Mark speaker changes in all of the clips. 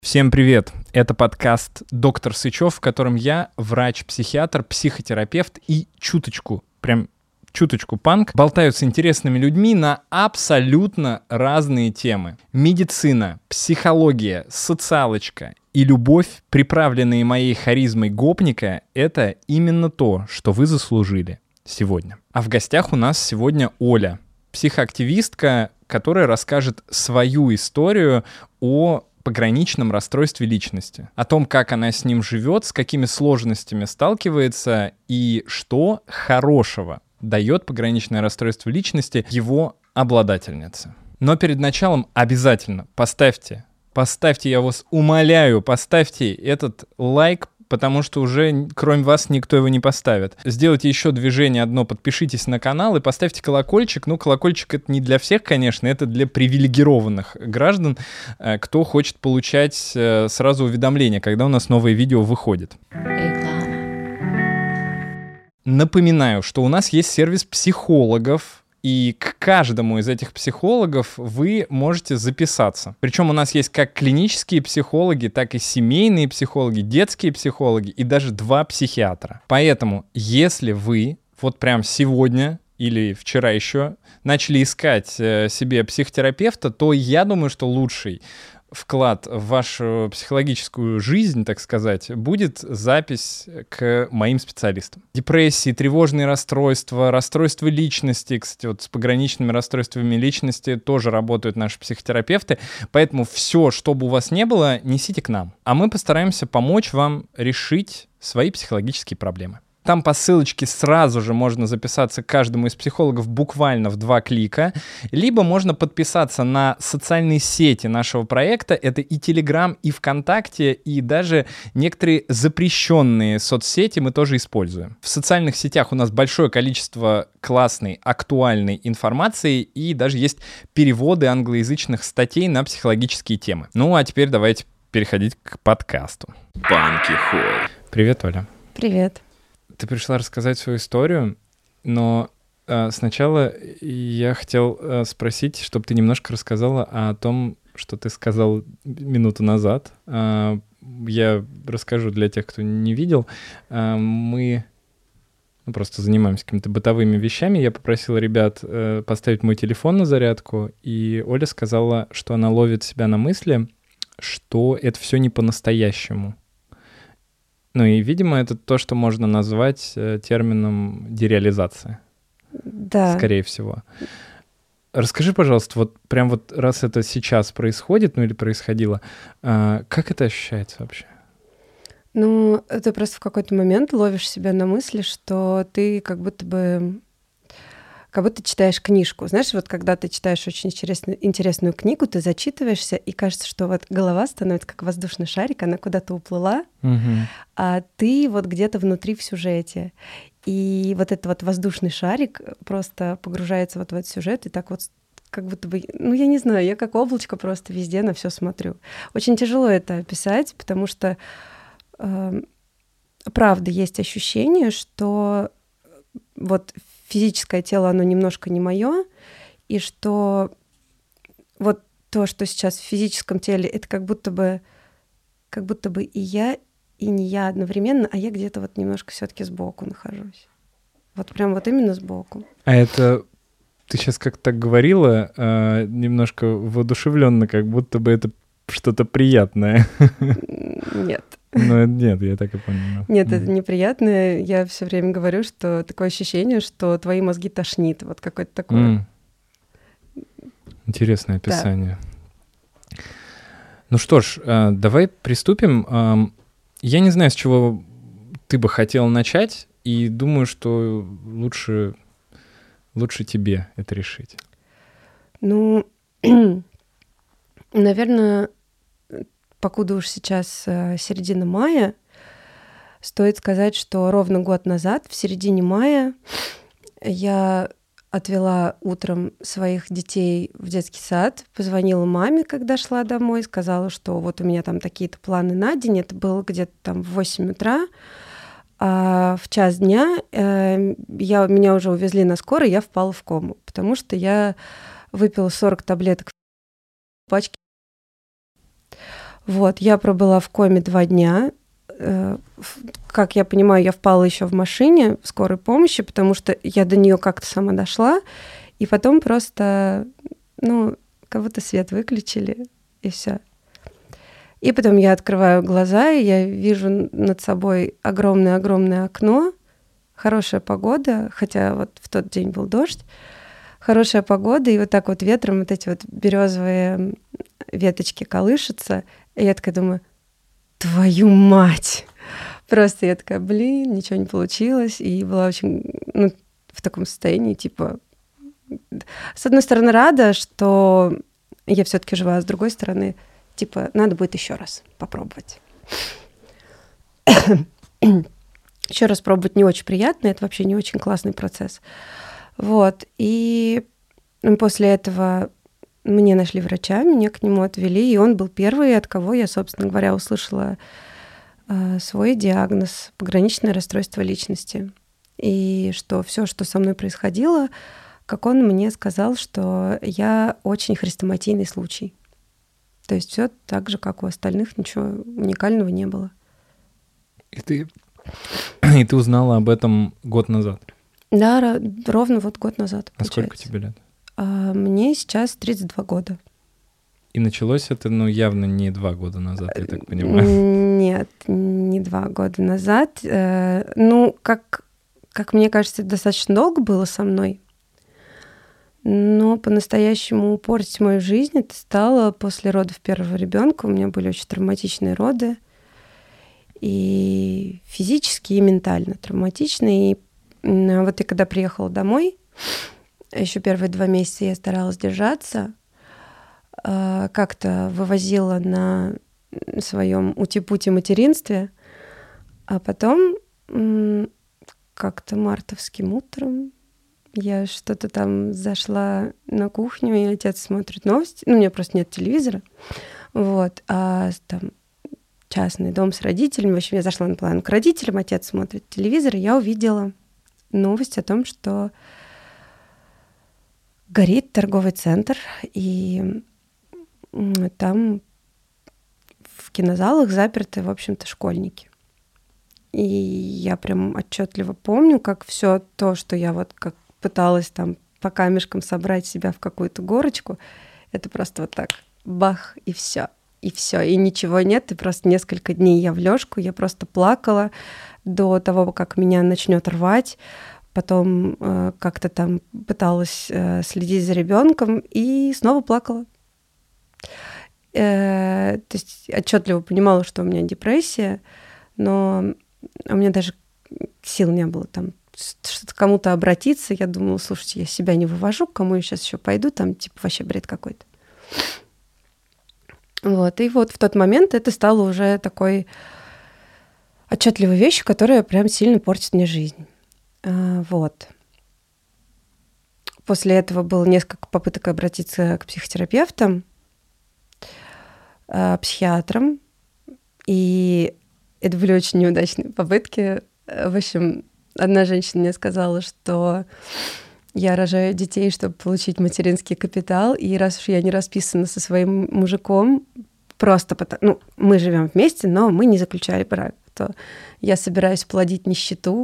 Speaker 1: Всем привет! Это подкаст «Доктор Сычев», в котором я, врач-психиатр, психотерапевт и чуточку панк, болтаю с интересными людьми на абсолютно разные темы. Медицина, психология, социалочка и любовь, приправленные моей харизмой гопника, это именно то, что вы заслужили сегодня. А в гостях у нас сегодня Оля, психоактивистка, которая расскажет свою историю о пограничном расстройстве личности, о том, как она с ним живет, с какими сложностями сталкивается и что хорошего дает пограничное расстройство личности его обладательнице. Но перед началом обязательно поставьте, я вас умоляю, поставьте этот лайк, потому что уже кроме вас никто его не поставит. Сделайте еще движение одно, подпишитесь на канал и поставьте колокольчик. Ну, колокольчик — это не для всех, конечно, это для привилегированных граждан, кто хочет получать сразу уведомления, когда у нас новое видео выходит. Напоминаю, что у нас есть сервис психологов, и к каждому из этих психологов вы можете записаться. Причем у нас есть как клинические психологи, так и семейные психологи, детские психологи и даже 2 психиатра. Поэтому, если вы вот прям сегодня или вчера еще начали искать себе психотерапевта, то я думаю, что лучший вклад в вашу психологическую жизнь, так сказать, будет запись к моим специалистам. Депрессии, тревожные расстройства, расстройства личности, кстати, вот с пограничными расстройствами личности тоже работают наши психотерапевты, поэтому все, что бы у вас не было, несите к нам, а мы постараемся помочь вам решить свои психологические проблемы. Там по ссылочке сразу же можно записаться к каждому из психологов буквально в 2 клика, либо можно подписаться на социальные сети нашего проекта, это и Telegram, и ВКонтакте, и даже некоторые запрещенные соцсети мы тоже используем. В социальных сетях у нас большое количество классной, актуальной информации, и даже есть переводы англоязычных статей на психологические темы. Ну а теперь давайте переходить к подкасту. Панки Хой. Привет, Оля.
Speaker 2: Привет.
Speaker 1: Ты пришла рассказать свою историю, но сначала я хотел спросить, чтобы ты немножко рассказала о том, что ты сказал минуту назад. Я расскажу для тех, кто не видел. Мы просто занимаемся какими-то бытовыми вещами. Я попросил ребят поставить мой телефон на зарядку, и Оля сказала, что она ловит себя на мысли, что это все не по-настоящему. Ну и, видимо, это то, что можно назвать термином дереализация.
Speaker 2: Да.
Speaker 1: Скорее всего. Расскажи, пожалуйста, вот прям вот раз это сейчас происходит, ну или происходило, как это ощущается вообще?
Speaker 2: Ну, ты просто в какой-то момент ловишь себя на мысли, что ты как будто читаешь книжку. Знаешь, вот когда ты читаешь очень интересную книгу, ты зачитываешься, и кажется, что вот голова становится как воздушный шарик, она куда-то уплыла, а ты вот где-то внутри в сюжете. И вот этот вот воздушный шарик просто погружается вот в этот сюжет, и так вот как будто бы, ну, я не знаю, я как облачко просто везде на все смотрю. Очень тяжело это описать, потому что, правда, есть ощущение, что вот физическое тело, оно немножко не моё, и что вот то, что сейчас в физическом теле, это как будто бы и я, и не я одновременно, а я где-то вот немножко всё-таки сбоку нахожусь. Вот прям вот именно сбоку.
Speaker 1: А это ты сейчас как так говорила, немножко воодушевленно, как будто бы это что-то приятное.
Speaker 2: Нет.
Speaker 1: Ну, нет, я так и понял.
Speaker 2: Нет, это неприятно. Я все время говорю, что такое ощущение, что твои мозги тошнит. Вот какое-то такое.
Speaker 1: Интересное описание. Да. Ну что ж, давай приступим. Я не знаю, с чего ты бы хотела начать, и думаю, что лучше тебе это решить.
Speaker 2: Ну, наверное, покуда уж сейчас середина мая, стоит сказать, что ровно год назад, в середине мая, я отвела утром своих детей в детский сад, позвонила маме, когда шла домой, сказала, что вот у меня там такие-то планы на день, это было где-то там в 8 утра, а в час дня меня уже увезли на скорой, я впала в кому, потому что я выпила 40 таблеток в пачке. Вот, я пробыла в коме 2 дня. Как я понимаю, я впала еще в машине в скорой помощи, потому что я до нее как-то сама дошла, и потом просто, как будто свет выключили, и все. И потом я открываю глаза, и я вижу над собой огромное-огромное окно, хорошая погода, хотя вот в тот день был дождь, хорошая погода, и вот так вот ветром вот эти вот березовые веточки колышутся, и я такая думаю, твою мать! Просто я такая, ничего не получилось, и была очень, в таком состоянии, типа, с одной стороны, рада, что я все-таки жива, а с другой стороны, типа, надо будет еще раз попробовать. Еще раз пробовать не очень приятно, это вообще не очень классный процесс. Вот, и после этого мне нашли врача, меня к нему отвели, и он был первый, от кого я, собственно говоря, услышала свой диагноз — пограничное расстройство личности. И что все, что со мной происходило, как он мне сказал, что я очень хрестоматийный случай. То есть все так же, как у остальных, ничего уникального не было.
Speaker 1: И ты узнала об этом год назад?
Speaker 2: Да, ровно вот год назад.
Speaker 1: А сколько тебе лет?
Speaker 2: Мне сейчас 32 года.
Speaker 1: И началось это, явно не 2 года назад, я так понимаю.
Speaker 2: Нет, не 2 года назад. Как мне кажется, это достаточно долго было со мной. Но по-настоящему портить мою жизнь это стало после родов первого ребенка. У меня были очень травматичные роды. И физически, и ментально травматичные. И вот я когда приехала домой, еще первые 2 месяца я старалась держаться, как-то вывозила на своем ути-пути материнстве, а потом как-то мартовским утром я что-то там зашла на кухню, и отец смотрит новости. У меня просто нет телевизора. Вот. А там частный дом с родителями. В общем, я зашла на план к родителям, отец смотрит телевизор, и я увидела новость о том, что горит торговый центр, и там в кинозалах заперты, в общем-то, школьники. И я прям отчетливо помню, как все то, что я вот как пыталась там по камешкам собрать себя в какую-то горочку, это просто вот так бах, и все, и ничего нет, и просто несколько дней я в лёжку, я просто плакала до того, как меня начнет рвать, потом как-то там пыталась следить за ребенком и снова плакала. То есть отчетливо понимала, что у меня депрессия, но у меня даже сил не было там что-то кому-то обратиться. Я думала, слушайте, я себя не вывожу, к кому я сейчас еще пойду, там типа вообще бред какой-то. Вот, и вот в тот момент это стало уже такой отчетливой вещью, которая прям сильно портит мне жизнь. Вот. После этого было несколько попыток обратиться к психотерапевтам, психиатрам, и это были очень неудачные попытки. В общем, одна женщина мне сказала, что я рожаю детей, чтобы получить материнский капитал, и раз уж я не расписана со своим мужиком, просто потому... мы живем вместе, но мы не заключали брак, то я собираюсь плодить нищету.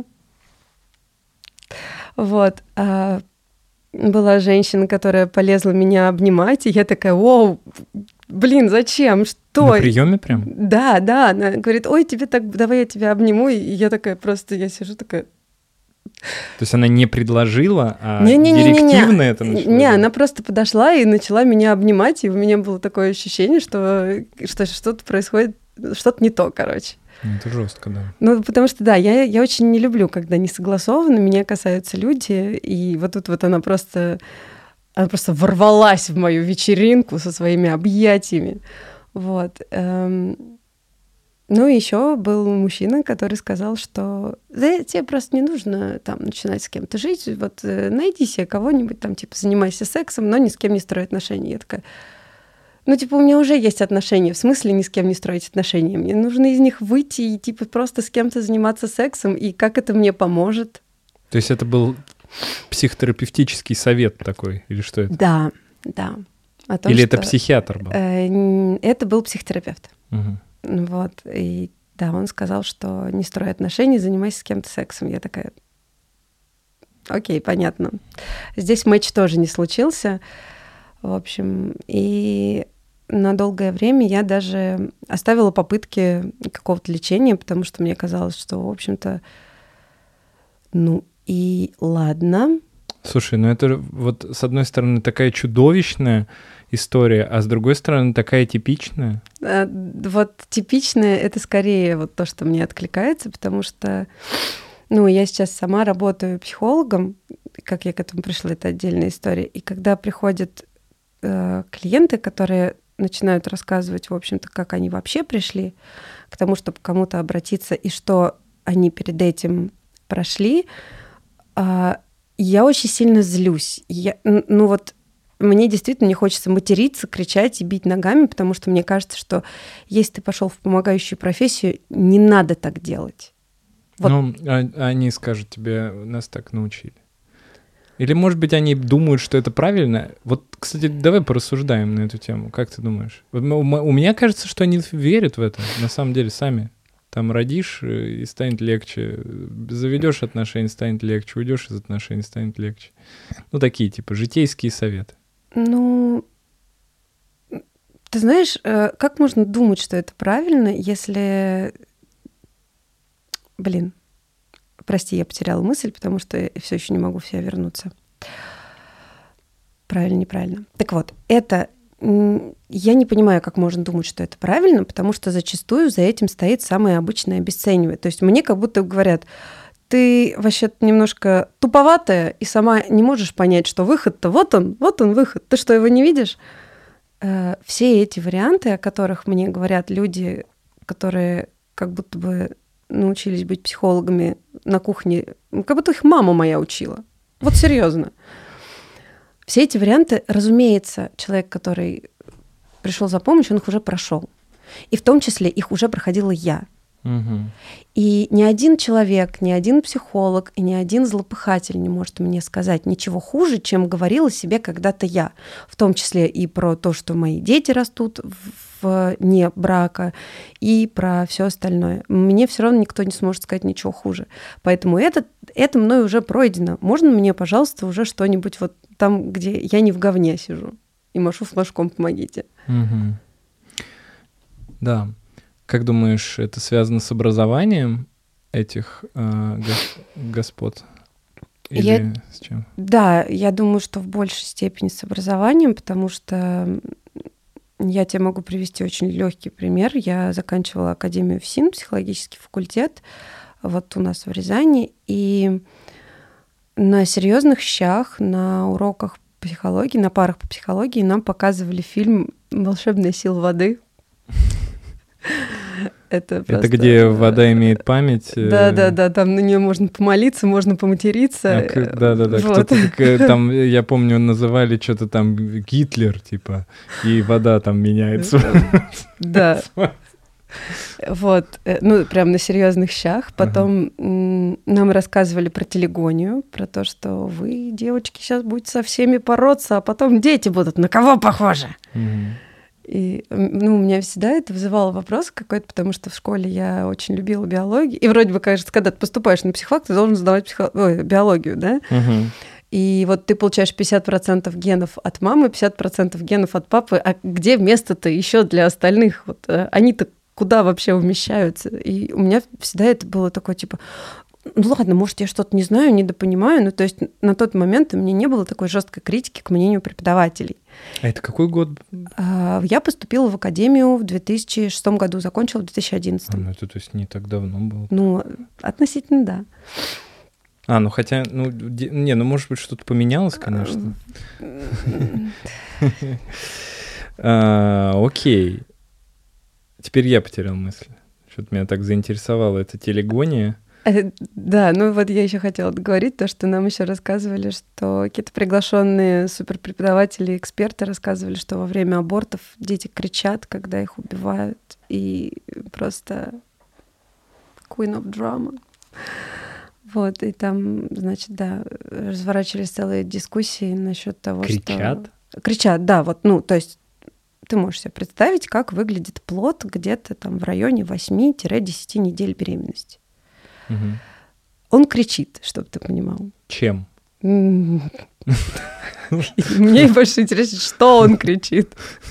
Speaker 2: Вот. А была женщина, которая полезла меня обнимать, и я такая, вау, зачем? Что?
Speaker 1: На приеме прям?
Speaker 2: Да, она говорит, ой, тебе так, давай я тебя обниму, и я такая просто, я сижу такая...
Speaker 1: То есть она не предложила, а директивно это начала?
Speaker 2: Не, она просто подошла и начала меня обнимать, и у меня было такое ощущение, что что-то происходит, что-то не то, короче.
Speaker 1: Это жестко, да.
Speaker 2: Потому что, да, я очень не люблю, когда не согласованно меня касаются люди, и вот тут вот она просто ворвалась в мою вечеринку со своими объятиями. Вот. Еще был мужчина, который сказал, что тебе просто не нужно там начинать с кем-то жить, вот найди себе кого-нибудь, там, типа, занимайся сексом, но ни с кем не строй отношения. Я такая, у меня уже есть отношения, в смысле ни с кем не строить отношения? Мне нужно из них выйти и, типа, просто с кем-то заниматься сексом, и как это мне поможет?
Speaker 1: То есть это был психотерапевтический совет такой, или что это?
Speaker 2: Да. О том,
Speaker 1: или это психиатр был?
Speaker 2: Это был психотерапевт. Вот, и да, он сказал, что не строй отношений, занимайся с кем-то сексом. Я такая, окей, понятно. Здесь матч тоже не случился, в общем, и на долгое время я даже оставила попытки какого-то лечения, потому что мне казалось, что, в общем-то, ну и ладно.
Speaker 1: Слушай, ну это вот с одной стороны такая чудовищная история, а с другой стороны такая типичная.
Speaker 2: Вот типичная — это скорее вот то, что мне откликается, потому что, ну, я сейчас сама работаю психологом, как я к этому пришла, это отдельная история. И когда приходят клиенты, которые начинают рассказывать, в общем-то, как они вообще пришли к тому, чтобы к кому-то обратиться, и что они перед этим прошли, я очень сильно злюсь. Ну вот мне действительно не хочется материться, кричать и бить ногами, потому что мне кажется, что если ты пошел в помогающую профессию, не надо так делать. Вот.
Speaker 1: Ну, они скажут тебе, нас так научили. Или, может быть, они думают, что это правильно. Вот, кстати, давай порассуждаем на эту тему. Как ты думаешь? У меня кажется, что они верят в это, на самом деле, сами. Там родишь, и станет легче. Заведешь отношения, станет легче. Уйдешь из отношений, станет легче. Ну, такие, типа, житейские советы.
Speaker 2: Ну, ты знаешь, как можно думать, что это правильно, если... Блин, прости, я потеряла мысль, потому что я все еще не могу в себя вернуться. Правильно, неправильно. Так вот, это... Я не понимаю, как можно думать, что это правильно, потому что зачастую за этим стоит самое обычное обесценивание. То есть мне как будто говорят, ты вообще-то немножко туповатая и сама не можешь понять, что выход-то вот он выход. Ты что, его не видишь? Все эти варианты, о которых мне говорят люди, которые как будто бы научились быть психологами на кухне, как будто их мама моя учила. Вот серьезно. Все эти варианты, разумеется, человек, который пришел за помощью, он их уже прошел. И в том числе их уже проходила я.
Speaker 1: Угу.
Speaker 2: И ни один человек, ни один психолог и ни один злопыхатель не может мне сказать ничего хуже, чем говорила себе когда-то я. В том числе и про то, что мои дети растут вне брака, и про все остальное. Мне все равно никто не сможет сказать ничего хуже. Поэтому это мной уже пройдено. Можно мне, пожалуйста, уже что-нибудь вот там, где я не в говне сижу и машу флажком «помогите».
Speaker 1: Угу. Да. Как думаешь, это связано с образованием этих господ? Или с чем?
Speaker 2: Да, я думаю, что в большей степени с образованием, потому что я тебе могу привести очень легкий пример. Я заканчивала Академию ФСИН, психологический факультет, вот у нас в Рязани, и на серьезных щах, на уроках психологии, на парах по психологии нам показывали фильм «Волшебная сила воды». Это
Speaker 1: где вода имеет память.
Speaker 2: Да, там на нее можно помолиться, можно поматериться.
Speaker 1: Да. Вот. Кто-то там, я помню, называли что-то там Гитлер, типа, и вода там меняется.
Speaker 2: Да. Вот, ну, прям на серьезных щах. Потом нам рассказывали про телегонию, про то, что вы, девочки, сейчас будете со всеми бороться, а потом дети будут. На кого похожи? И ну, у меня всегда это вызывало вопрос какой-то, потому что в школе я очень любила биологию. И вроде бы, кажется, когда ты поступаешь на психфак, ты должен сдавать биологию, да? И вот ты получаешь 50% генов от мамы, 50% генов от папы, а где место-то еще для остальных? Вот, они-то куда вообще умещаются? И у меня всегда это было такое, типа, ну ладно, может, я что-то не знаю, недопонимаю, ну то есть на тот момент у меня не было такой жесткой критики к мнению преподавателей.
Speaker 1: А это какой год?
Speaker 2: Я поступила в академию в 2006 году, закончила в 2011.
Speaker 1: Ну это то есть не так давно было.
Speaker 2: Ну, относительно, да.
Speaker 1: Ну хотя, ну может быть, что-то поменялось, конечно. Окей. Теперь я потерял мысль. Что-то меня так заинтересовало. Это телегония.
Speaker 2: Да, ну вот я еще хотела договорить то, что нам еще рассказывали, что какие-то приглашенные суперпреподаватели, эксперты рассказывали, что во время абортов дети кричат, когда их убивают, и просто queen of drama. Вот, и там, значит, да, разворачивались целые дискуссии насчет того,
Speaker 1: Кричат?
Speaker 2: Кричат, да, вот, ну, то есть ты можешь себе представить, как выглядит плод где-то там в районе 8-10 недель беременности.
Speaker 1: Мгм.
Speaker 2: Он кричит, чтобы ты понимал.
Speaker 1: Чем?
Speaker 2: Мне больше интересно, что он кричит.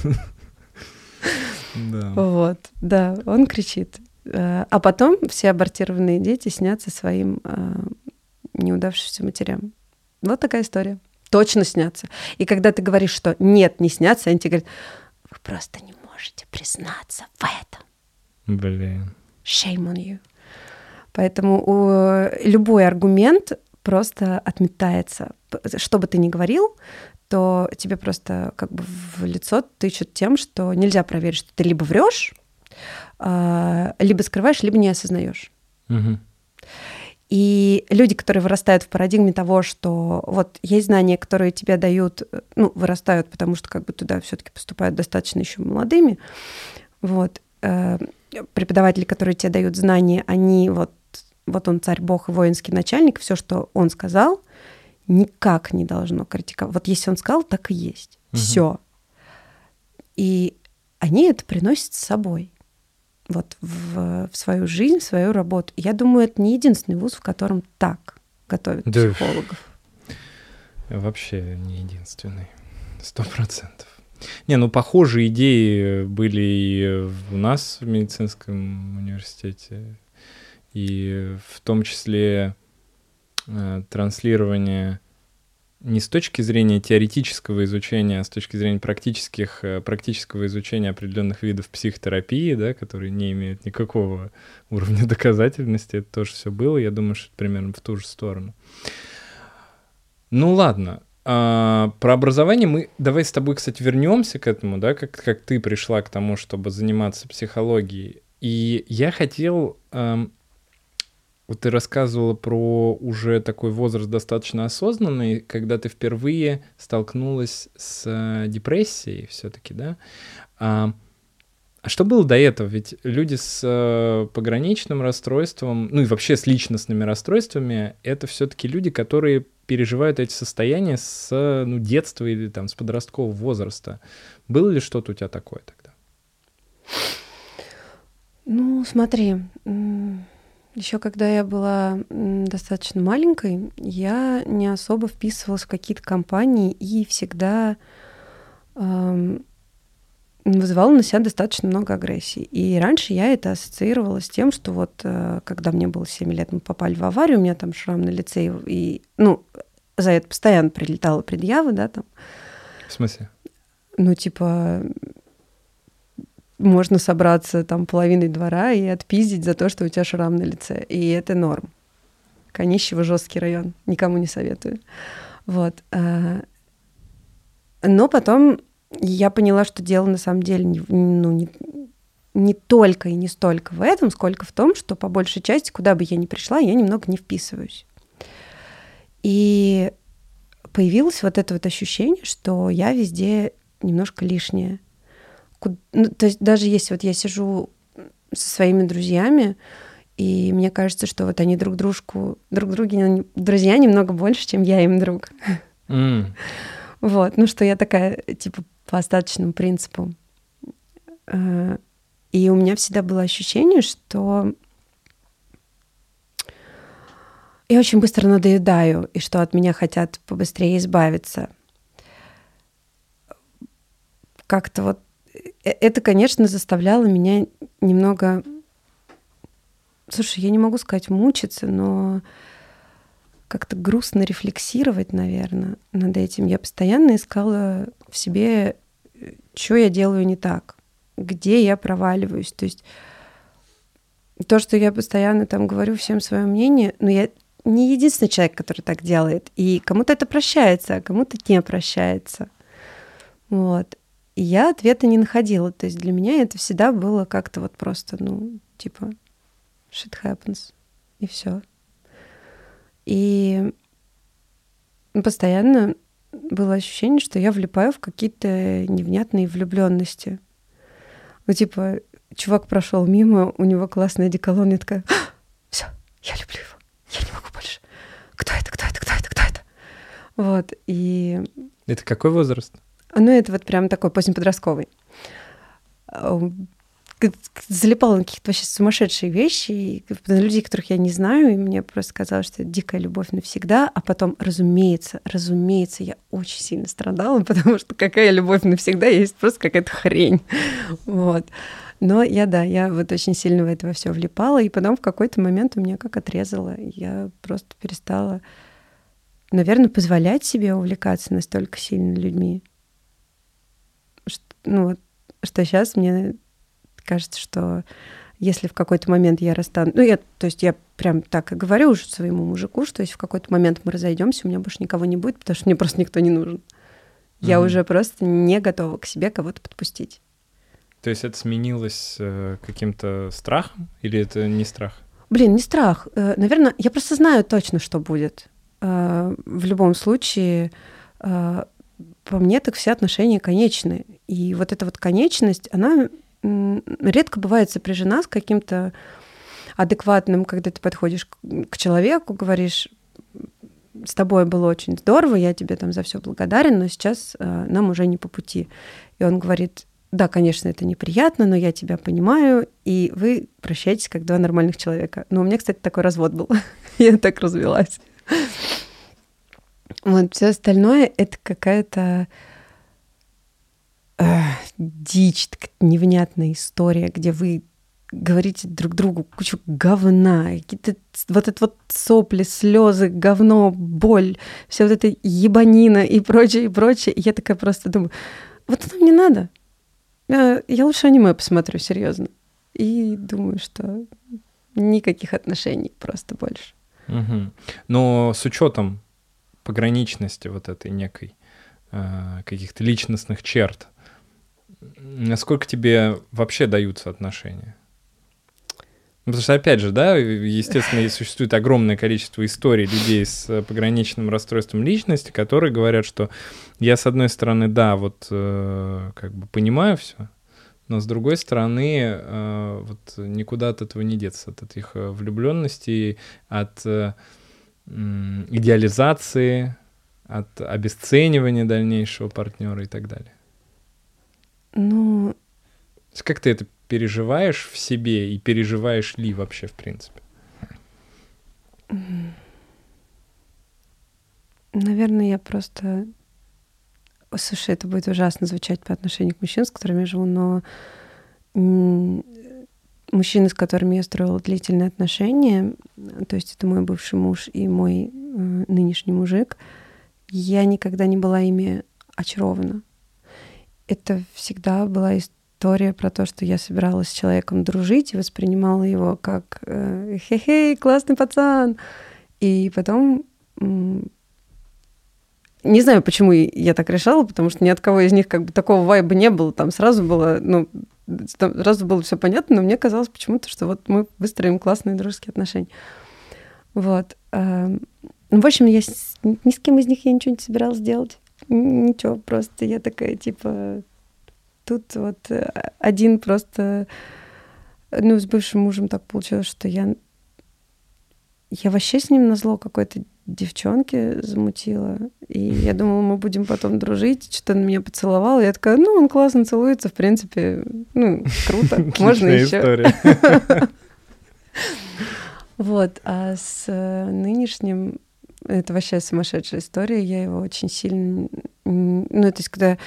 Speaker 1: Да.
Speaker 2: Вот, да, он кричит. А потом все абортированные дети снятся своим неудавшимся матерям. Вот такая история. Точно снятся. И когда ты говоришь, что нет, не снятся, они тебе говорят, вы просто не можете признаться в этом.
Speaker 1: Блин.
Speaker 2: Shame on you. Поэтому любой аргумент просто отметается. Что бы ты ни говорил, то тебе просто как бы в лицо тычут тем, что нельзя проверить, что ты либо врешь, либо скрываешь, либо не осознаешь.
Speaker 1: Мгм.
Speaker 2: И люди, которые вырастают в парадигме того, что вот есть знания, которые тебе дают, ну, вырастают, потому что как бы туда все-таки поступают достаточно еще молодыми. Вот. Преподаватели, которые тебе дают знания, они вот он царь, бог и воинский начальник, все, что он сказал, никак не должно критиковать. Вот если он сказал, так и есть. Все. И они это приносят с собой. Вот в свою жизнь, в свою работу. Я думаю, это не единственный вуз, в котором так готовят психологов.
Speaker 1: Вообще не единственный. 100%. Не, ну похожие идеи были и у нас в медицинском университете, и в том числе транслирование не с точки зрения теоретического изучения, а с точки зрения практического изучения определенных видов психотерапии, да, которые не имеют никакого уровня доказательности. Это тоже все было. Я думаю, что это примерно в ту же сторону. Ну ладно. Про образование мы... Давай с тобой, кстати, вернемся к этому, да, как ты пришла к тому, чтобы заниматься психологией. И я хотел... Вот ты рассказывала про уже такой возраст достаточно осознанный, когда ты впервые столкнулась с депрессией все-таки, да? А что было до этого? Ведь люди с пограничным расстройством, ну и вообще с личностными расстройствами, это все-таки люди, которые переживают эти состояния с детства или там, с подросткового возраста. Было ли что-то у тебя такое тогда?
Speaker 2: Ну, смотри... Еще когда я была достаточно маленькой, я не особо вписывалась в какие-то компании и всегда вызывала на себя достаточно много агрессии. И раньше я это ассоциировала с тем, что вот когда мне было 7 лет, мы попали в аварию, у меня там шрам на лице, и за это постоянно прилетала предъява, да, там.
Speaker 1: В смысле?
Speaker 2: Ну, типа... Можно собраться там половиной двора и отпиздить за то, что у тебя шрам на лице. И это норм. Конищево — жесткий район. Никому не советую. Вот. Но потом я поняла, что дело на самом деле не только и не столько в этом, сколько в том, что по большей части, куда бы я ни пришла, я немного не вписываюсь. И появилось вот это вот ощущение, что я везде немножко лишняя. То есть даже если вот я сижу со своими друзьями, и мне кажется, что вот они друг друге друзья немного больше, чем я им друг. Вот, что я такая, типа, по остаточному принципу. И у меня всегда было ощущение, что я очень быстро надоедаю, и что от меня хотят побыстрее избавиться. Как-то вот это, конечно, заставляло меня немного... Слушай, я не могу сказать мучиться, но как-то грустно рефлексировать, наверное, над этим. Я постоянно искала в себе, что я делаю не так, где я проваливаюсь. То есть то, что я постоянно там говорю всем свое мнение, но я не единственный человек, который так делает. И кому-то это прощается, а кому-то не прощается. Вот. И я ответа не находила. То есть для меня это всегда было как-то вот просто, типа, shit happens, и все. И постоянно было ощущение, что я влипаю в какие-то невнятные влюбленности. Типа, чувак прошел мимо, у него классный одеколон, я такая, все, я люблю его, я не могу больше. Кто это? Вот, и...
Speaker 1: Это какой возраст?
Speaker 2: Ну, это вот прям такой позднеподростковый. Залипала на какие-то вообще сумасшедшие вещи, и на людей, которых я не знаю, и мне просто казалось, что это дикая любовь навсегда, а потом, разумеется, я очень сильно страдала, потому что какая любовь навсегда, есть просто какая-то хрень, вот. Но я вот очень сильно в это все влипала, и потом в какой-то момент у меня как отрезало, я просто перестала, наверное, позволять себе увлекаться настолько сильно людьми, что сейчас мне кажется, что если в какой-то момент я расстанусь... я прям так и говорю уже своему мужику, что если в какой-то момент мы разойдемся, у меня больше никого не будет, потому что мне просто никто не нужен. Я уже просто не готова к себе кого-то подпустить.
Speaker 1: То есть это сменилось каким-то страхом? Или это не страх?
Speaker 2: Не страх. Наверное, я просто знаю точно, что будет. В любом случае, по мне, так все отношения конечны. И вот эта вот конечность, она редко бывает сопряжена с каким-то адекватным, когда ты подходишь к человеку, говоришь, с тобой было очень здорово, я тебе там за все благодарен, но сейчас нам уже не по пути. И он говорит, да, конечно, это неприятно, но я тебя понимаю, и вы прощаетесь как два нормальных человека. Но у меня, кстати, такой развод был. Я так развелась. Вот, все остальное — это какая-то дичь, невнятная история, где вы говорите друг другу кучу говна, какие-то вот это вот сопли, слезы, говно, боль, вся вот эта ебанина и прочее, и прочее. И я такая просто думаю, вот это мне надо. Я лучше аниме посмотрю, серьезно. И думаю, что никаких отношений просто больше.
Speaker 1: Угу. Но с учетом пограничности вот этой некой, каких-то личностных черт, насколько тебе вообще даются отношения? Потому что, опять же, да, естественно, существует огромное количество историй людей с пограничным расстройством личности, которые говорят, что я, с одной стороны, да, вот как бы понимаю все, но с другой стороны, вот никуда от этого не деться, от этих влюбленностей, от идеализации, от обесценивания дальнейшего партнера и так далее.
Speaker 2: Ну,
Speaker 1: как ты это переживаешь в себе и переживаешь ли вообще, в принципе?
Speaker 2: Наверное, я просто... Слушай, это будет ужасно звучать по отношению к мужчинам, с которыми я живу, но мужчины, с которыми я строила длительные отношения, то есть это мой бывший муж и мой нынешний мужик, я никогда не была ими очарована. Это всегда была история про то, что я собиралась с человеком дружить и воспринимала его как «хе-хей, классный пацан». И потом... Не знаю, почему я так решала, потому что ни от кого из них как бы такого вайба не было. Там сразу было, сразу было все понятно, но мне казалось почему-то, что вот мы выстроим классные дружеские отношения. Вот. В общем, я ни с кем из них я ничего не собиралась делать. Ничего, просто я такая, типа, тут вот один просто... с бывшим мужем так получилось, что я вообще с ним назло какой-то девчонки замутила, и я думала, мы будем потом дружить, что-то он меня поцеловал, и я такая, он классно целуется, в принципе, круто, можно еще. Вот, а с нынешним это вообще сумасшедшая история, я его очень сильно... то есть, когда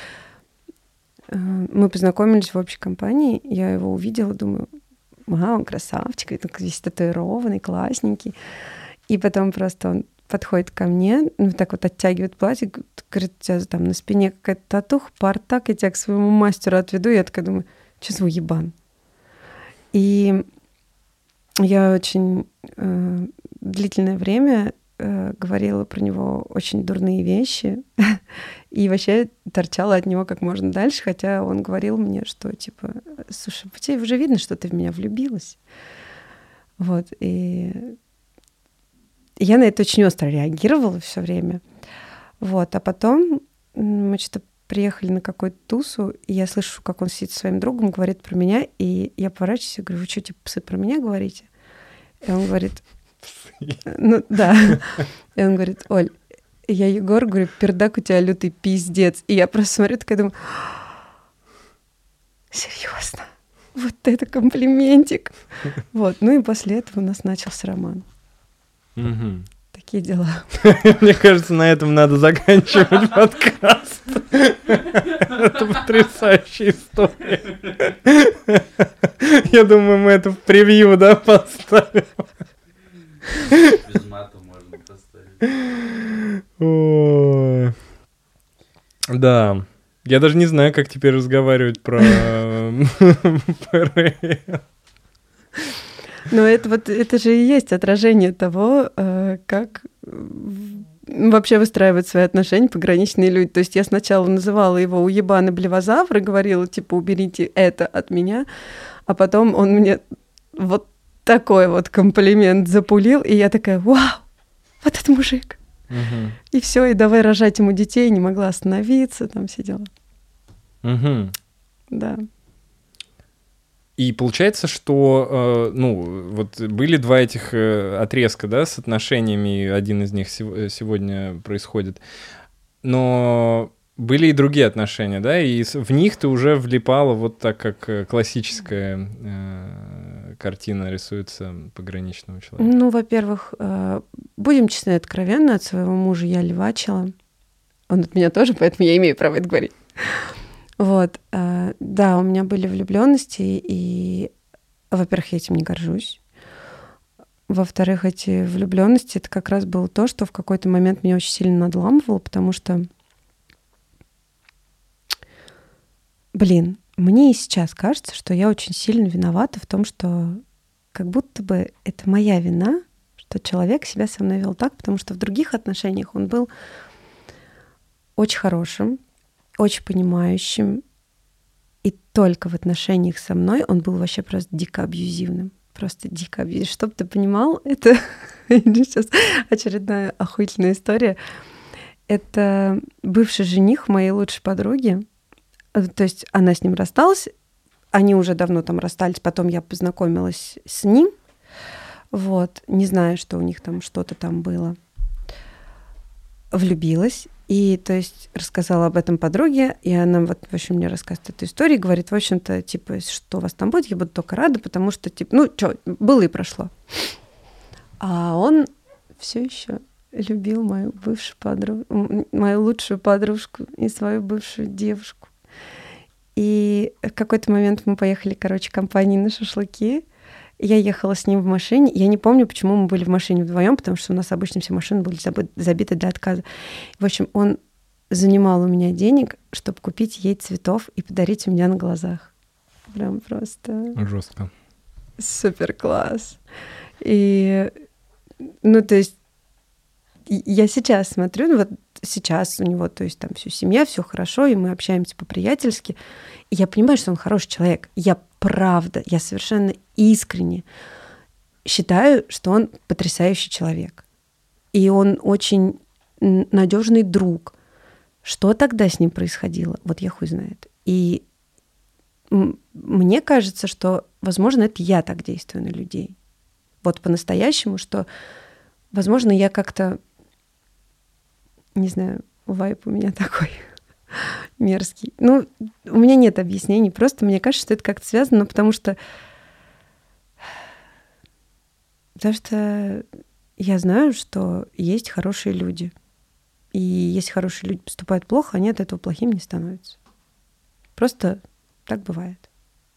Speaker 2: мы познакомились в общей компании, я его увидела, думаю, он красавчик, весь татуированный, классненький. И потом просто он подходит ко мне, так вот оттягивает платье, говорит, у тебя там на спине какая-то татуха, пар, так, я тебя к своему мастеру отведу. Я такая думаю, что за уебан? И я очень длительное время говорила про него очень дурные вещи и вообще торчала от него как можно дальше, хотя он говорил мне, что типа, слушай, по тебе уже видно, что ты в меня влюбилась. Вот, и я на это очень остро реагировала все время. Вот, а потом мы что-то приехали на какую-то тусу, и я слышу, как он сидит со своим другом, говорит про меня, и я поворачиваюсь и говорю, вы что, типа, псы про меня говорите? И он говорит... да. И он говорит, Оль, И я Егор говорю, пердак у тебя лютый пиздец. И я просто смотрю, такая думаю, серьезно? Вот это комплиментик. Вот. Ну и после этого у нас начался роман. Такие дела.
Speaker 1: Мне кажется, на этом надо заканчивать подкаст. Это потрясающая история. Я думаю, мы это в превью, да, поставим.
Speaker 3: Без мата можно поставить.
Speaker 1: Ой. Да. Я даже не знаю, как теперь разговаривать про ПРЛ.
Speaker 2: Но это же и есть отражение того, как вообще выстраивают свои отношения пограничные люди. То есть я сначала называла его уебаный блевозавр и говорила, типа, уберите это от меня, а потом он мне вот такой вот комплимент запулил, и я такая, вау, вот этот мужик. И все, и давай рожать ему детей, не могла остановиться, там все дела. Да.
Speaker 1: И получается, что, вот были два этих отрезка, да, с отношениями, один из них сегодня происходит, но были и другие отношения, да, и в них ты уже влипала вот так, как классическая картина рисуется пограничного человека.
Speaker 2: Ну, во-первых, будем честны и откровенны, от своего мужа я левачила. Он от меня тоже, поэтому я имею право это говорить. Вот, да, у меня были влюбленности, и, во-первых, я этим не горжусь. Во-вторых, эти влюбленности это как раз было то, что в какой-то момент меня очень сильно надламывало, потому что, мне и сейчас кажется, что я очень сильно виновата в том, что как будто бы это моя вина, что человек себя со мной вел так, потому что в других отношениях он был очень хорошим, очень понимающим, и только в отношениях со мной он был вообще просто дико абьюзивным. Просто дико абьюзивным. Чтоб ты понимал, это сейчас очередная охуительная история. Это бывший жених моей лучшей подруги. То есть она с ним рассталась, они уже давно там расстались, потом я познакомилась с ним, вот, не зная, что у них там что-то там было. Влюбилась. И, то есть, рассказала об этом подруге, и она вот, в общем, мне рассказывает эту историю, и говорит, в общем-то, типа, что у вас там будет, я буду только рада, потому что, типа, было и прошло. А он все еще любил мою бывшую подругу, мою лучшую подружку и свою бывшую девушку. И в какой-то момент мы поехали, компанией на шашлыки. Я ехала с ним в машине. Я не помню, почему мы были в машине вдвоем, потому что у нас обычно все машины были забиты до отказа. В общем, он занимал у меня денег, чтобы купить ей цветов и подарить у меня на глазах. Прям просто...
Speaker 1: Жестко.
Speaker 2: Супер класс. И, то есть, я сейчас смотрю, вот сейчас у него, то есть там всю семья, все хорошо, и мы общаемся по-приятельски. И я понимаю, что он хороший человек. Я совершенно искренне считаю, что он потрясающий человек. И он очень надежный друг. Что тогда с ним происходило? Вот я хуй знает. И мне кажется, что, возможно, это я так действую на людей. Вот по-настоящему, что, возможно, я как-то, не знаю, вайб у меня такой мерзкий. У меня нет объяснений, просто мне кажется, что это как-то связано, потому что я знаю, что есть хорошие люди. И если хорошие люди поступают плохо, они от этого плохим не становятся. Просто так бывает.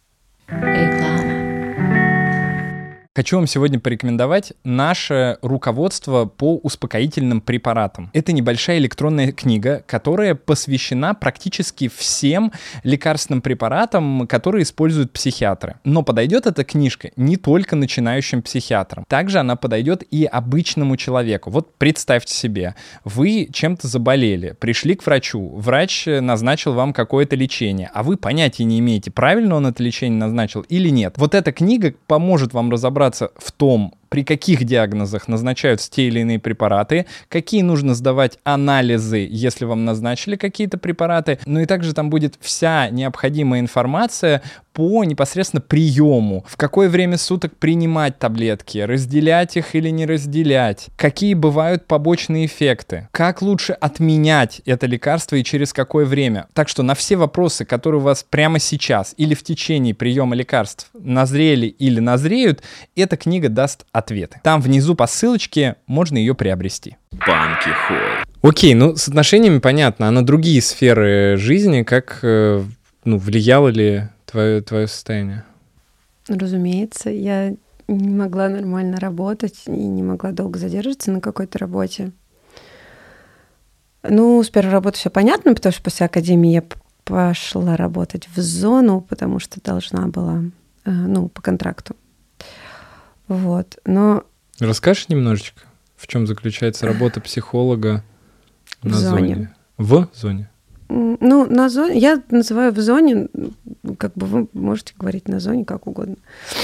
Speaker 1: Хочу вам сегодня порекомендовать наше руководство по успокоительным препаратам. Это небольшая электронная книга, которая посвящена практически всем лекарственным препаратам, которые используют психиатры. Но подойдет эта книжка не только начинающим психиатрам. Также она подойдет и обычному человеку. Вот представьте себе, вы чем-то заболели, пришли к врачу, врач назначил вам какое-то лечение, а вы понятия не имеете, правильно он это лечение назначил или нет. Вот эта книга поможет вам разобраться в том, при каких диагнозах назначаются те или иные препараты, какие нужно сдавать анализы, если вам назначили какие-то препараты. Ну и также там будет вся необходимая информация по непосредственно приему, в какое время суток принимать таблетки, разделять их или не разделять, какие бывают побочные эффекты, как лучше отменять это лекарство и через какое время. Так что на все вопросы, которые у вас прямо сейчас или в течение приема лекарств назрели или назреют, эта книга даст ответы. Там внизу по ссылочке можно ее приобрести.
Speaker 4: Банки Холл.
Speaker 1: Окей, ну с отношениями понятно, а на другие сферы жизни как влияло ли твое состояние?
Speaker 2: Разумеется, я не могла нормально работать и не могла долго задерживаться на какой-то работе. Ну, с первой работы все понятно, потому что после академии я пошла работать в зону, потому что должна была, по контракту. Вот, но...
Speaker 1: Расскажешь немножечко, в чем заключается работа психолога на
Speaker 2: зоне?
Speaker 1: В зоне?
Speaker 2: Ну, на зоне, я называю в зоне, как бы вы можете говорить на зоне как угодно.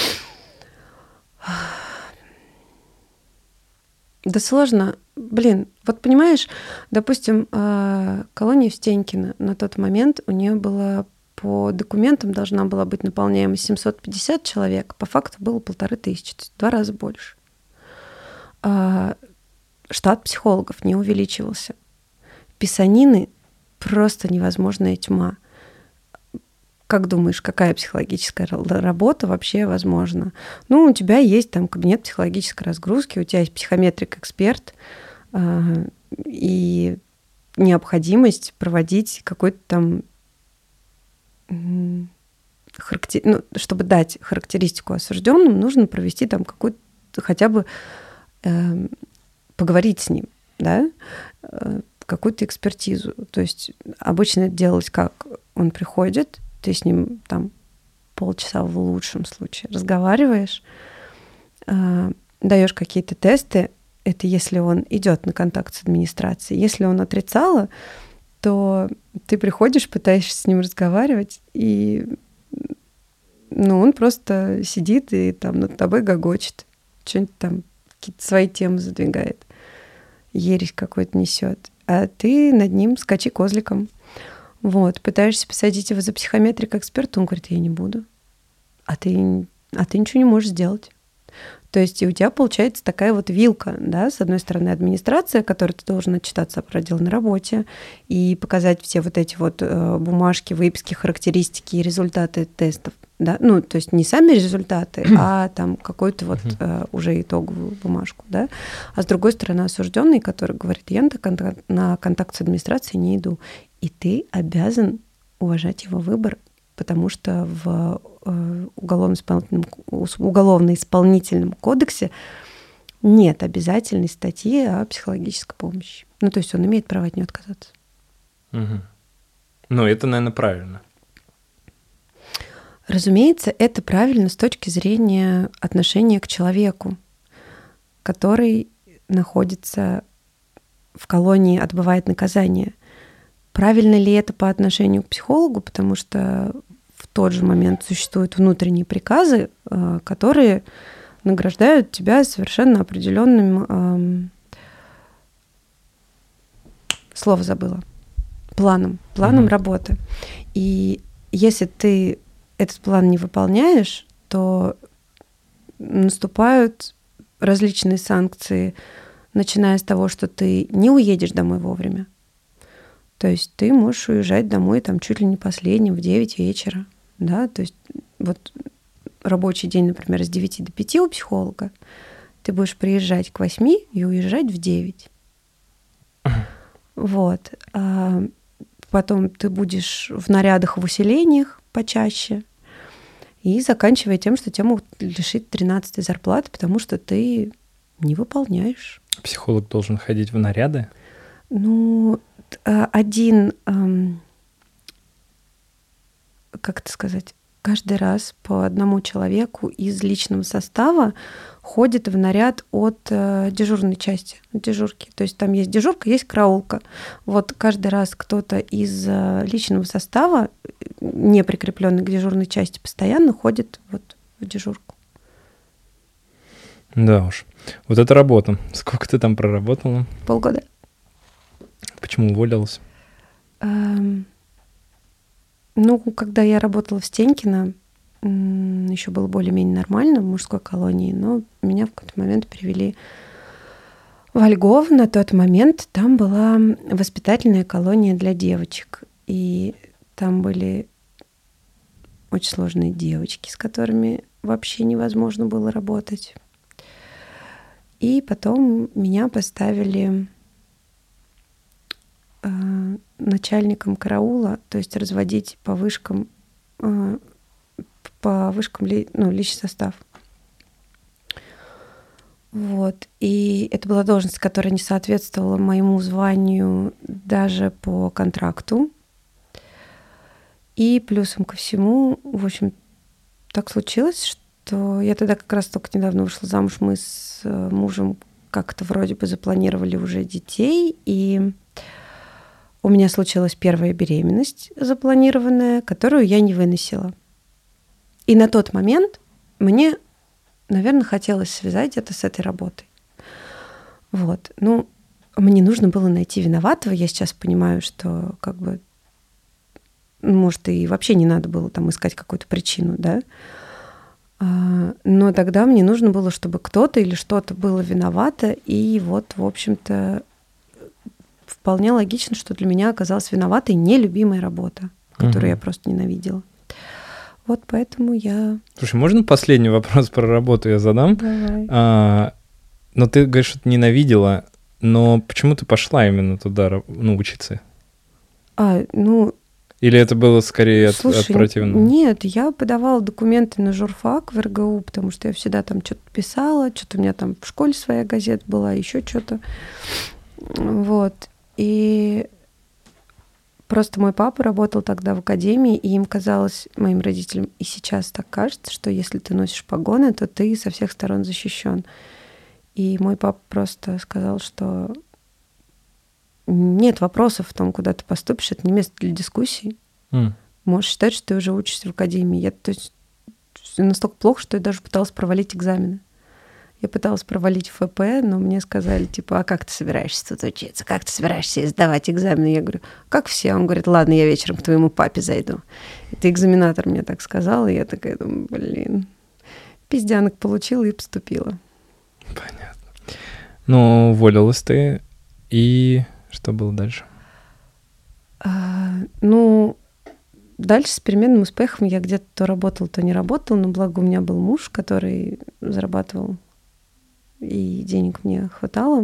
Speaker 2: Да сложно. Блин, вот понимаешь, допустим, колония Стенькина на тот момент у нее было по документам должна была быть наполняемость 750 человек, по факту было 1500, то есть в 2 раза больше. Штат психологов не увеличивался. Писанины просто невозможная тьма. Как думаешь, какая психологическая работа вообще возможна? Ну, у тебя есть там кабинет психологической разгрузки, у тебя есть психометрик-эксперт и необходимость проводить какой-то там чтобы дать характеристику осужденным, нужно провести там какую-то хотя бы поговорить с ним, да, какую-то экспертизу. То есть обычно это делалось как? Он приходит, ты с ним там полчаса в лучшем случае разговариваешь, даешь какие-то тесты. Это если он идет на контакт с администрацией. Если он отрицало, то ты приходишь, пытаешься с ним разговаривать, и он просто сидит и там над тобой гогочет, что-нибудь там, какие-то свои темы задвигает, ересь какой-то несет. А ты над ним скачи козликом. Вот, пытаешься посадить его за психометрик-эксперта, он говорит, я не буду. А ты ничего не можешь сделать. То есть и у тебя получается такая вот вилка, да, с одной стороны администрация, которой ты должен отчитаться о проделанной работе и показать все вот эти вот бумажки, выписки, характеристики и результаты тестов, да, то есть не сами результаты, а там какую-то вот уже итоговую бумажку, да, а с другой стороны осужденный, который говорит, я на контакт с администрацией не иду, и ты обязан уважать его выбор, потому что в уголовно-исполнительном кодексе нет обязательной статьи о психологической помощи. То есть он имеет право от нее отказаться.
Speaker 1: Угу. Это, наверное, правильно.
Speaker 2: Разумеется, это правильно с точки зрения отношения к человеку, который находится в колонии, отбывает наказание. Правильно ли это по отношению к психологу? Потому что в тот же момент существуют внутренние приказы, которые награждают тебя совершенно определенным, слово забыла, планом работы. И если ты этот план не выполняешь, то наступают различные санкции, начиная с того, что ты не уедешь домой вовремя. То есть ты можешь уезжать домой там чуть ли не последним в 9 вечера, да, то есть вот рабочий день, например, с 9 до 5 у психолога, ты будешь приезжать к 8 и уезжать в 9. Вот. А потом ты будешь в нарядах в усилениях почаще и заканчивая тем, что тебя могут лишить 13-й зарплаты, потому что ты не выполняешь.
Speaker 1: Психолог должен ходить в наряды?
Speaker 2: Один, как это сказать, каждый раз по одному человеку из личного состава ходит в наряд от дежурной части, от дежурки. То есть там есть дежурка, есть караулка. Вот каждый раз кто-то из личного состава, не прикрепленный к дежурной части, постоянно ходит вот в дежурку.
Speaker 1: Да уж. Вот это работа. Сколько ты там проработала?
Speaker 2: Полгода.
Speaker 1: Почему уволилась?
Speaker 2: Ну, когда я работала в Стенькино, еще было более-менее нормально в мужской колонии, но меня в какой-то момент перевели во Льгов. На тот момент там была воспитательная колония для девочек. И там были очень сложные девочки, с которыми вообще невозможно было работать. И потом меня поставили начальником караула, то есть разводить по вышкам личный состав. Вот. И это была должность, которая не соответствовала моему званию даже по контракту. И плюсом ко всему, в общем, так случилось, что я тогда как раз только недавно вышла замуж. Мы с мужем как-то вроде бы запланировали уже детей, и у меня случилась первая беременность запланированная, которую я не выносила. И на тот момент мне, наверное, хотелось связать это с этой работой. Вот. Ну, мне нужно было найти виноватого. Я сейчас понимаю, что как бы, может, и вообще не надо было там искать какую-то причину, да. Но тогда мне нужно было, чтобы кто-то или что-то было виновато. И вот, в общем-то, вполне логично, что для меня оказалась виноватой нелюбимая работа, которую я просто ненавидела. Вот поэтому я...
Speaker 1: Слушай, можно последний вопрос про работу я задам?
Speaker 2: Давай.
Speaker 1: Но ты говоришь, что ты ненавидела, но почему ты пошла именно туда, учиться? Или это было скорее от противного?
Speaker 2: Нет, я подавала документы на журфак в РГУ, потому что я всегда там что-то писала, что-то у меня там в школе своя газета была, еще что-то. Вот. И просто мой папа работал тогда в академии, и им казалось, моим родителям, и сейчас так кажется, что если ты носишь погоны, то ты со всех сторон защищен. И мой папа просто сказал, что нет вопросов в том, куда ты поступишь, это не место для дискуссий. Можешь считать, что ты уже учишься в академии. То есть настолько плохо, что я даже пыталась провалить экзамены. Я пыталась провалить ФП, но мне сказали, типа, а как ты собираешься тут учиться? Как ты собираешься сдавать экзамены? Я говорю, как все? Он говорит, ладно, я вечером к твоему папе зайду. Это экзаменатор мне так сказал, и я такая думаю, пиздянок получила и поступила.
Speaker 1: Понятно. Ну, уволилась ты, и что было дальше?
Speaker 2: Дальше с переменным успехом я где-то то работала, то не работала, но благо у меня был муж, который зарабатывал, и денег мне хватало.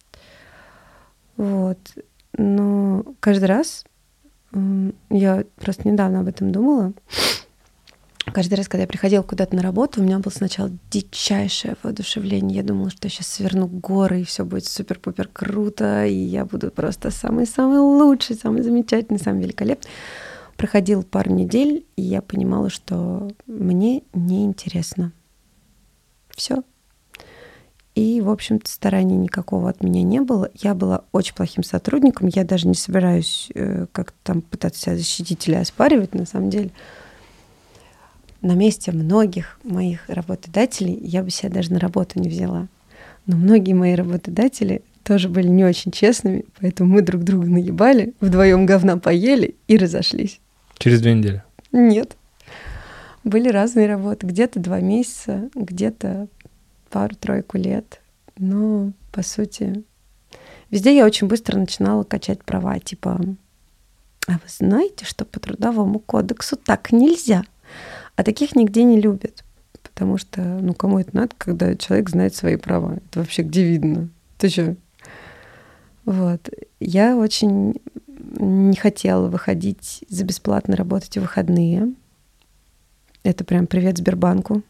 Speaker 2: Вот. Но каждый раз, я просто недавно об этом думала, каждый раз, когда я приходила куда-то на работу, у меня было сначала дичайшее воодушевление. Я думала, что я сейчас сверну горы, и все будет супер-пупер круто, и я буду просто самый-самый лучший, самый замечательный, самый великолепный. Проходило пару недель, и я понимала, что мне неинтересно. Все. И, в общем-то, старания никакого от меня не было. Я была очень плохим сотрудником. Я даже не собираюсь как-то там пытаться себя защитить или оспаривать, на самом деле. На месте многих моих работодателей я бы себя даже на работу не взяла. Но многие мои работодатели тоже были не очень честными, поэтому мы друг друга наебали, вдвоем говна поели и разошлись.
Speaker 1: Через 2 недели?
Speaker 2: Нет. Были разные работы. Где-то 2 месяца, где-то пару-тройку лет. Но, по сути, везде я очень быстро начинала качать права. Типа, а вы знаете, что по Трудовому кодексу так нельзя? А таких нигде не любят. Потому что, кому это надо, когда человек знает свои права? Это вообще где видно? Ты что? Вот. Я очень не хотела выходить за бесплатно работать в выходные. Это прям привет Сбербанку.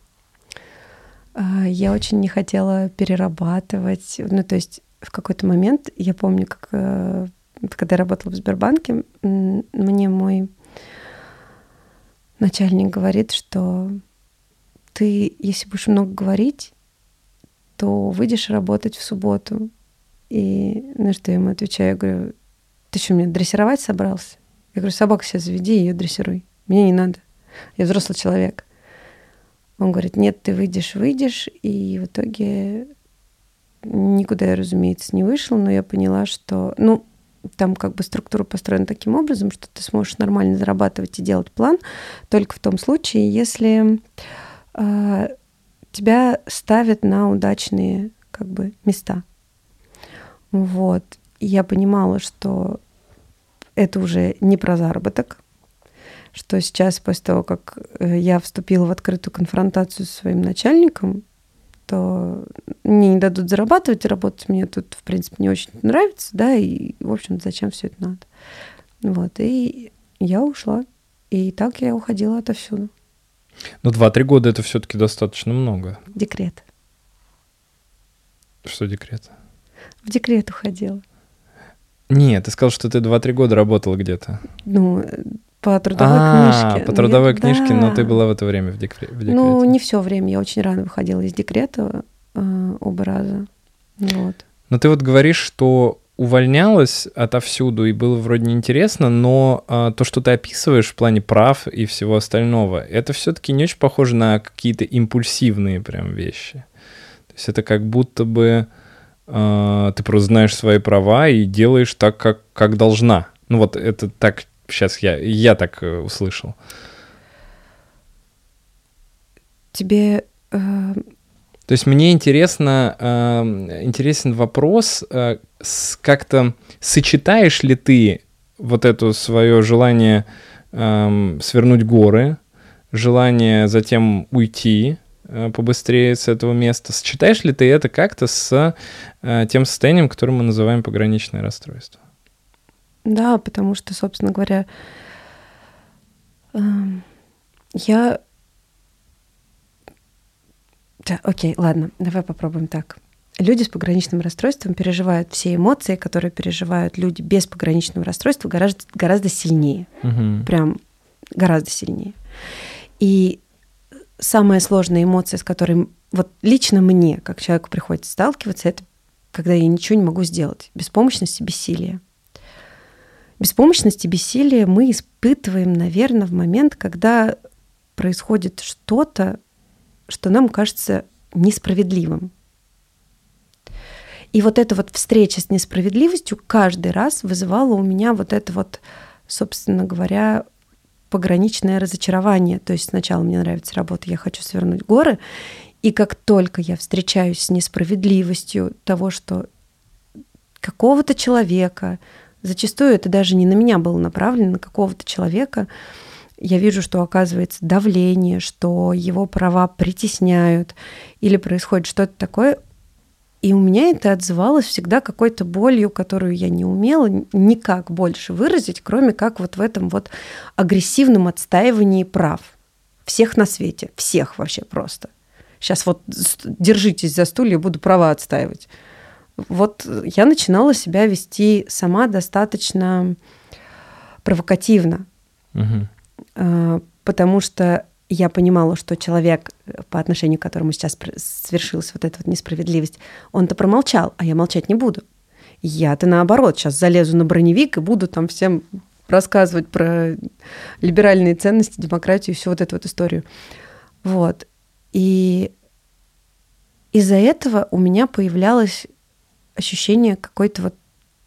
Speaker 2: Я очень не хотела перерабатывать. То есть в какой-то момент, я помню, когда я работала в Сбербанке, мне мой начальник говорит, что ты, если будешь много говорить, то выйдешь работать в субботу. И на что я ему отвечаю, я говорю, ты что, меня дрессировать собрался? Я говорю, собаку себе заведи и ее дрессируй. Мне не надо. Я взрослый человек. Он говорит, нет, ты выйдешь. И в итоге никуда я, разумеется, не вышла, но я поняла, что, там как бы структура построена таким образом, что ты сможешь нормально зарабатывать и делать план только в том случае, если тебя ставят на удачные как бы места. Вот. И я понимала, что это уже не про заработок, что сейчас, после того, как я вступила в открытую конфронтацию со своим начальником, то мне не дадут зарабатывать, и работать мне тут, в принципе, не очень нравится, да, и, в общем, зачем все это надо. Вот, и я ушла. И так я уходила отовсюду.
Speaker 1: 2-3 года — это все-таки достаточно много.
Speaker 2: Декрет.
Speaker 1: Что декрет?
Speaker 2: В декрет уходила.
Speaker 1: Нет, ты сказал, что ты 2-3 года работала где-то.
Speaker 2: По трудовой книжке.
Speaker 1: По трудовой книжке,
Speaker 2: да.
Speaker 1: Но ты была в это время в декрете.
Speaker 2: Не все время. Я очень рано выходила из декрета, оба раза. Вот.
Speaker 1: Но ты вот говоришь, что увольнялась отовсюду и было вроде неинтересно, но то, что ты описываешь в плане прав и всего остального, это все-таки не очень похоже на какие-то импульсивные прям вещи. То есть это как будто бы ты просто знаешь свои права и делаешь так, как должна. Вот это так. Сейчас я так услышал.
Speaker 2: Тебе...
Speaker 1: То есть мне интересен вопрос, как-то сочетаешь ли ты вот это свое желание свернуть горы, желание затем уйти побыстрее с этого места, сочетаешь ли ты это как-то с тем состоянием, которое мы называем пограничное расстройство?
Speaker 2: Да, потому что, собственно говоря, я... Да, окей, ладно, давай попробуем так. Люди с пограничным расстройством переживают все эмоции, которые переживают люди без пограничного расстройства, гораздо сильнее.
Speaker 1: Угу.
Speaker 2: Прям гораздо сильнее. И самая сложная эмоция, с которой вот лично мне, как человеку, приходится сталкиваться, это когда я ничего не могу сделать. Беспомощность и бессилие. Беспомощность и бессилие мы испытываем, наверное, в момент, когда происходит что-то, что нам кажется несправедливым. И вот эта вот встреча с несправедливостью каждый раз вызывала у меня вот это вот, собственно говоря, пограничное разочарование. То есть сначала мне нравится работа, я хочу свернуть горы, и как только я встречаюсь с несправедливостью того, что какого-то человека, зачастую это даже не на меня было направлено, на какого-то человека, я вижу, что оказывается давление, что его права притесняют, или происходит что-то такое, и у меня это отзывалось всегда какой-то болью, которую я не умела никак больше выразить, кроме как вот в этом вот агрессивном отстаивании прав. Всех на свете, всех вообще просто. Сейчас вот держитесь за стулья, буду права отстаивать. Вот я начинала себя вести сама достаточно провокативно, потому что я понимала, что человек, по отношению к которому сейчас свершилась вот эта вот несправедливость, он-то промолчал, а я молчать не буду. Я-то наоборот сейчас залезу на броневик и буду там всем рассказывать про либеральные ценности, демократию и всю вот эту вот историю. Вот. И из-за этого у меня появлялось ощущение какой-то вот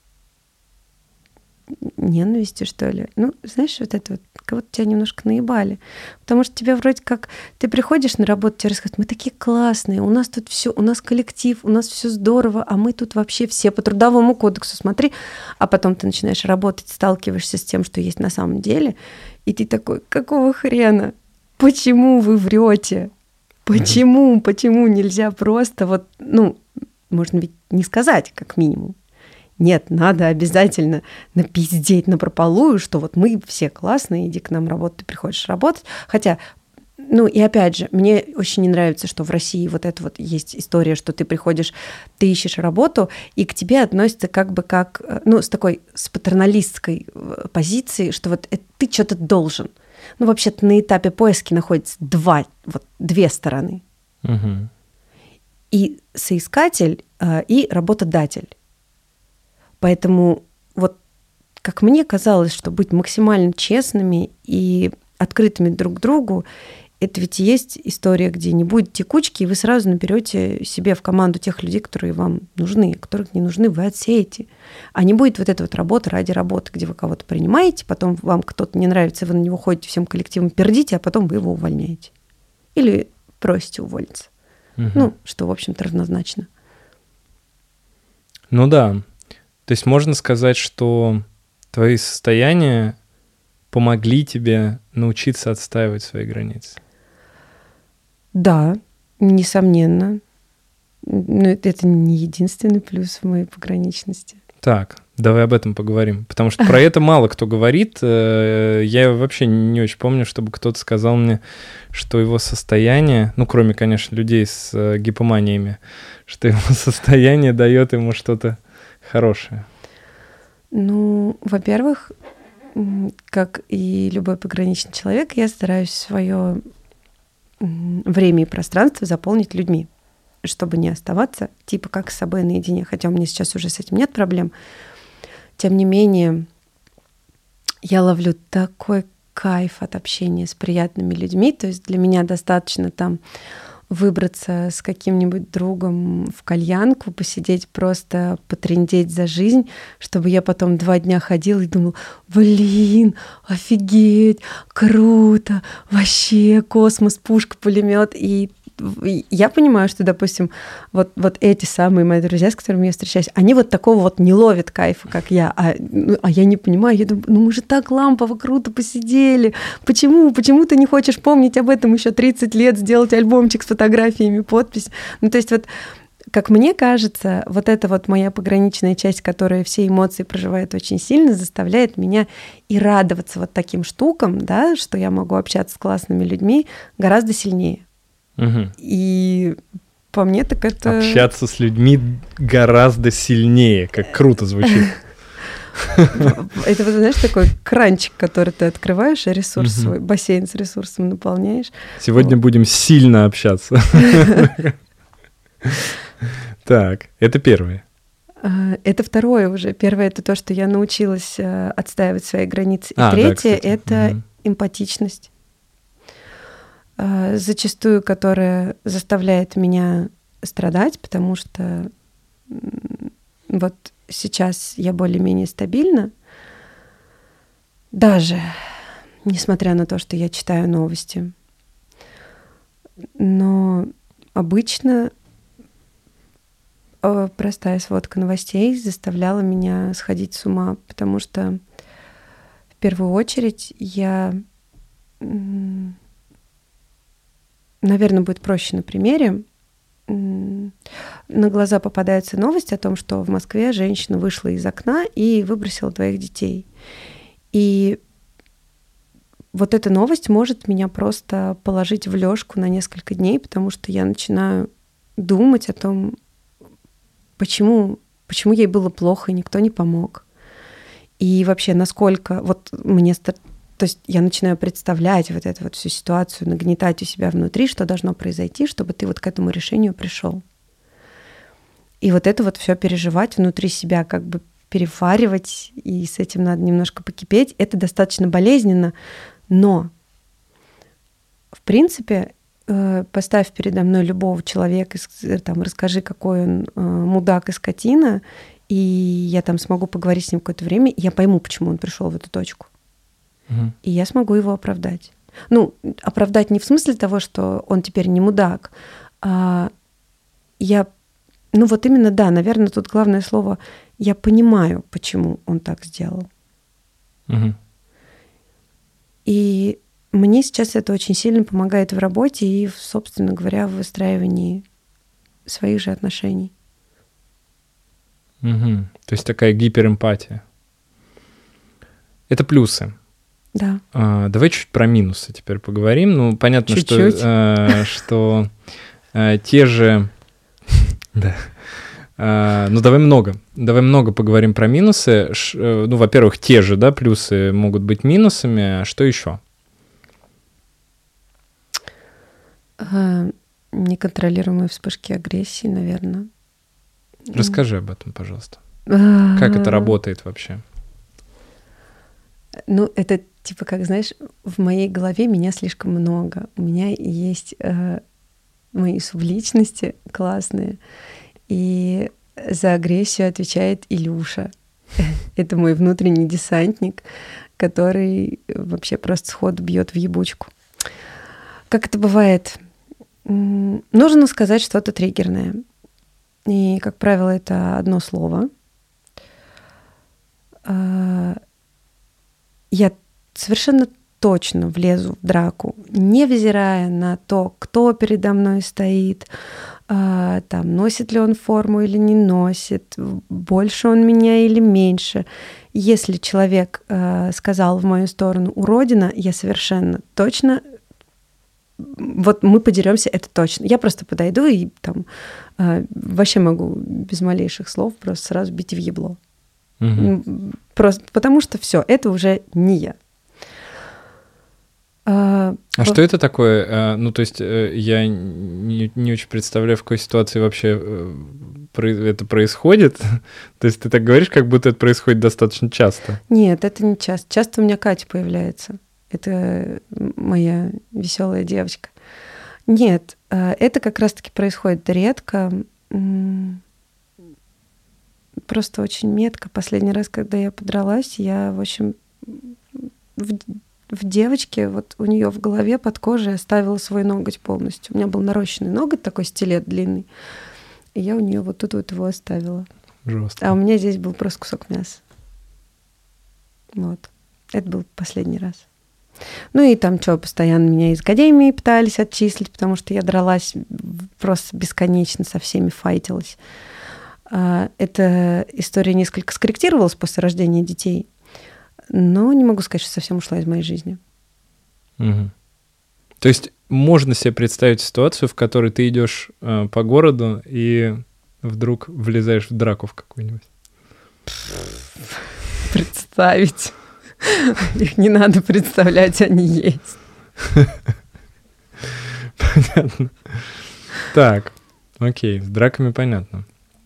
Speaker 2: ненависти, что ли. Знаешь, вот это вот, как будто тебя немножко наебали. Потому что тебе вроде как... Ты приходишь на работу, тебе рассказывают, мы такие классные, у нас тут все, у нас коллектив, у нас все здорово, а мы тут вообще все по трудовому кодексу, смотри. А потом ты начинаешь работать, сталкиваешься с тем, что есть на самом деле, и ты такой, какого хрена? Почему вы врете? Почему? Почему нельзя просто вот, можно ведь не сказать, как минимум. Нет, надо обязательно напиздеть напропалую, что вот мы все классные, иди к нам работать, ты приходишь работать. Хотя, и опять же, мне очень не нравится, что в России вот это вот есть история, что ты приходишь, ты ищешь работу, и к тебе относятся как бы с патерналистской позиции, что вот ты что-то должен. Вообще-то на этапе поиска находится две стороны.
Speaker 1: Угу.
Speaker 2: И соискатель, и работодатель. Поэтому вот как мне казалось, что быть максимально честными и открытыми друг к другу это ведь и есть история, где не будет текучки, и вы сразу наберете себе в команду тех людей, которые вам нужны, которых не нужны, вы отсеете. А не будет вот эта вот работа ради работы, где вы кого-то принимаете, потом вам кто-то не нравится, вы на него ходите всем коллективом, пердите, а потом вы его увольняете. Или просите уволиться. Ну, что, в общем-то, равнозначно.
Speaker 1: Ну да. То есть можно сказать, что твои состояния помогли тебе научиться отстаивать свои границы.
Speaker 2: Да, несомненно. Но это не единственный плюс в моей пограничности.
Speaker 1: Так, давай об этом поговорим. Потому что про это мало кто говорит. Я вообще не очень помню, чтобы кто-то сказал мне, что его состояние, ну, кроме, конечно, людей с гипоманиями, что его состояние дает ему что-то хорошее.
Speaker 2: Ну, во-первых, как и любой пограничный человек, я стараюсь свое время и пространство заполнить людьми, чтобы не оставаться типа как с собой наедине. Хотя у меня сейчас уже с этим нет проблем. Тем не менее, я ловлю такой кайф от общения с приятными людьми. То есть для меня достаточно там выбраться с каким-нибудь другом в кальянку, посидеть просто, потрындеть за жизнь, чтобы я потом 2 дня ходила и думала: блин, офигеть, круто, вообще космос, пушка, пулемет. И я понимаю, что, допустим, вот эти самые мои друзья, с которыми я встречаюсь, они вот такого вот не ловят кайфа, как я. А я не понимаю, я думаю, ну мы же так лампово круто посидели. Почему ты не хочешь помнить об этом еще 30 лет, сделать альбомчик с фотографиями, подпись? Ну, то есть вот, как мне кажется, вот эта вот моя пограничная часть, которая все эмоции проживает очень сильно, заставляет меня и радоваться вот таким штукам, да, что я могу общаться с классными людьми гораздо сильнее. И по мне так это...
Speaker 1: Общаться с людьми гораздо сильнее, как круто звучит.
Speaker 2: Это, вот, знаешь, такой кранчик, который ты открываешь, и ресурс свой, бассейн с ресурсом наполняешь.
Speaker 1: Сегодня будем сильно общаться. Так, это первое.
Speaker 2: Это второе уже. Первое — это то, что я научилась отстаивать свои границы. И третье — это эмпатичность. Зачастую, которая заставляет меня страдать, потому что вот сейчас я более-менее стабильна, даже несмотря на то, что я читаю новости. Но обычно простая сводка новостей заставляла меня сходить с ума, потому что в первую очередь я... Наверное, будет проще на примере. На глаза попадается новость о том, что в Москве женщина вышла из окна и выбросила 2 детей. И вот эта новость может меня просто положить в лёжку на несколько дней, потому что я начинаю думать о том, почему ей было плохо, и никто не помог. И вообще, насколько... Вот мне... То есть я начинаю представлять вот эту вот всю ситуацию, нагнетать у себя внутри, что должно произойти, чтобы ты вот к этому решению пришел. И вот это вот все переживать внутри себя, как бы переваривать, и с этим надо немножко покипеть. Это достаточно болезненно, но в принципе поставь передо мной любого человека, там, расскажи, какой он мудак и скотина, и я там смогу поговорить с ним какое-то время, и я пойму, почему он пришел в эту точку. И я смогу его оправдать. Ну, оправдать не в смысле того, что он теперь не мудак, а я... Ну вот именно, да, наверное, тут главное слово «я понимаю, почему он так сделал». И мне сейчас это очень сильно помогает в работе и, собственно говоря, в выстраивании своих же отношений.
Speaker 1: То есть такая гиперэмпатия. Это плюсы.
Speaker 2: Да.
Speaker 1: Давай чуть про минусы теперь поговорим. Ну, понятно, что те же... Да. Ну, давай много поговорим про минусы. Ну, во-первых, те же, да, плюсы могут быть минусами. А что еще?
Speaker 2: Неконтролируемые вспышки агрессии, наверное.
Speaker 1: Расскажи об этом, пожалуйста. Как это работает вообще?
Speaker 2: Ну, это типа, как знаешь, в моей голове меня слишком много. У меня есть мои субличности классные. И за агрессию отвечает Илюша. Это мой внутренний десантник, который вообще просто сходу бьет в ебучку. Как это бывает? Нужно сказать что-то триггерное. И, как правило, это одно слово. Я совершенно точно влезу в драку, невзирая на то, кто передо мной стоит, там, носит ли он форму или не носит, больше он меня или меньше. Если человек сказал в мою сторону уродина, я совершенно точно, вот мы подеремся, это точно. Я просто подойду и там вообще могу без малейших слов просто сразу бить в ебло. Просто потому что все, это уже не я.
Speaker 1: Что это такое? Ну, то есть я не очень представляю, в какой ситуации вообще это происходит. То есть ты так говоришь, как будто это происходит достаточно часто.
Speaker 2: Нет, это не часто. Часто у меня Катя появляется. Это моя веселая девочка. Нет, это как раз-таки происходит редко. Просто очень метко. Последний раз, когда я подралась, я, в общем, в девочке, вот у нее в голове под кожей оставила свой ноготь полностью. У меня был нарощенный ноготь, такой стилет длинный. И я у нее вот тут вот его оставила.
Speaker 1: Жестко.
Speaker 2: А у меня здесь был просто кусок мяса. Вот. Это был последний раз. Ну и там что, постоянно меня из академии пытались отчислить, потому что я дралась просто бесконечно, со всеми файтилась. Эта история несколько скорректировалась после рождения детей, но не могу сказать, что совсем ушла из моей жизни.
Speaker 1: Угу. То есть можно себе представить ситуацию, в которой ты идешь по городу и вдруг влезаешь в драку в какую-нибудь?
Speaker 2: Представить. Их не надо представлять, они есть.
Speaker 1: Понятно. Так, окей, с драками понятно.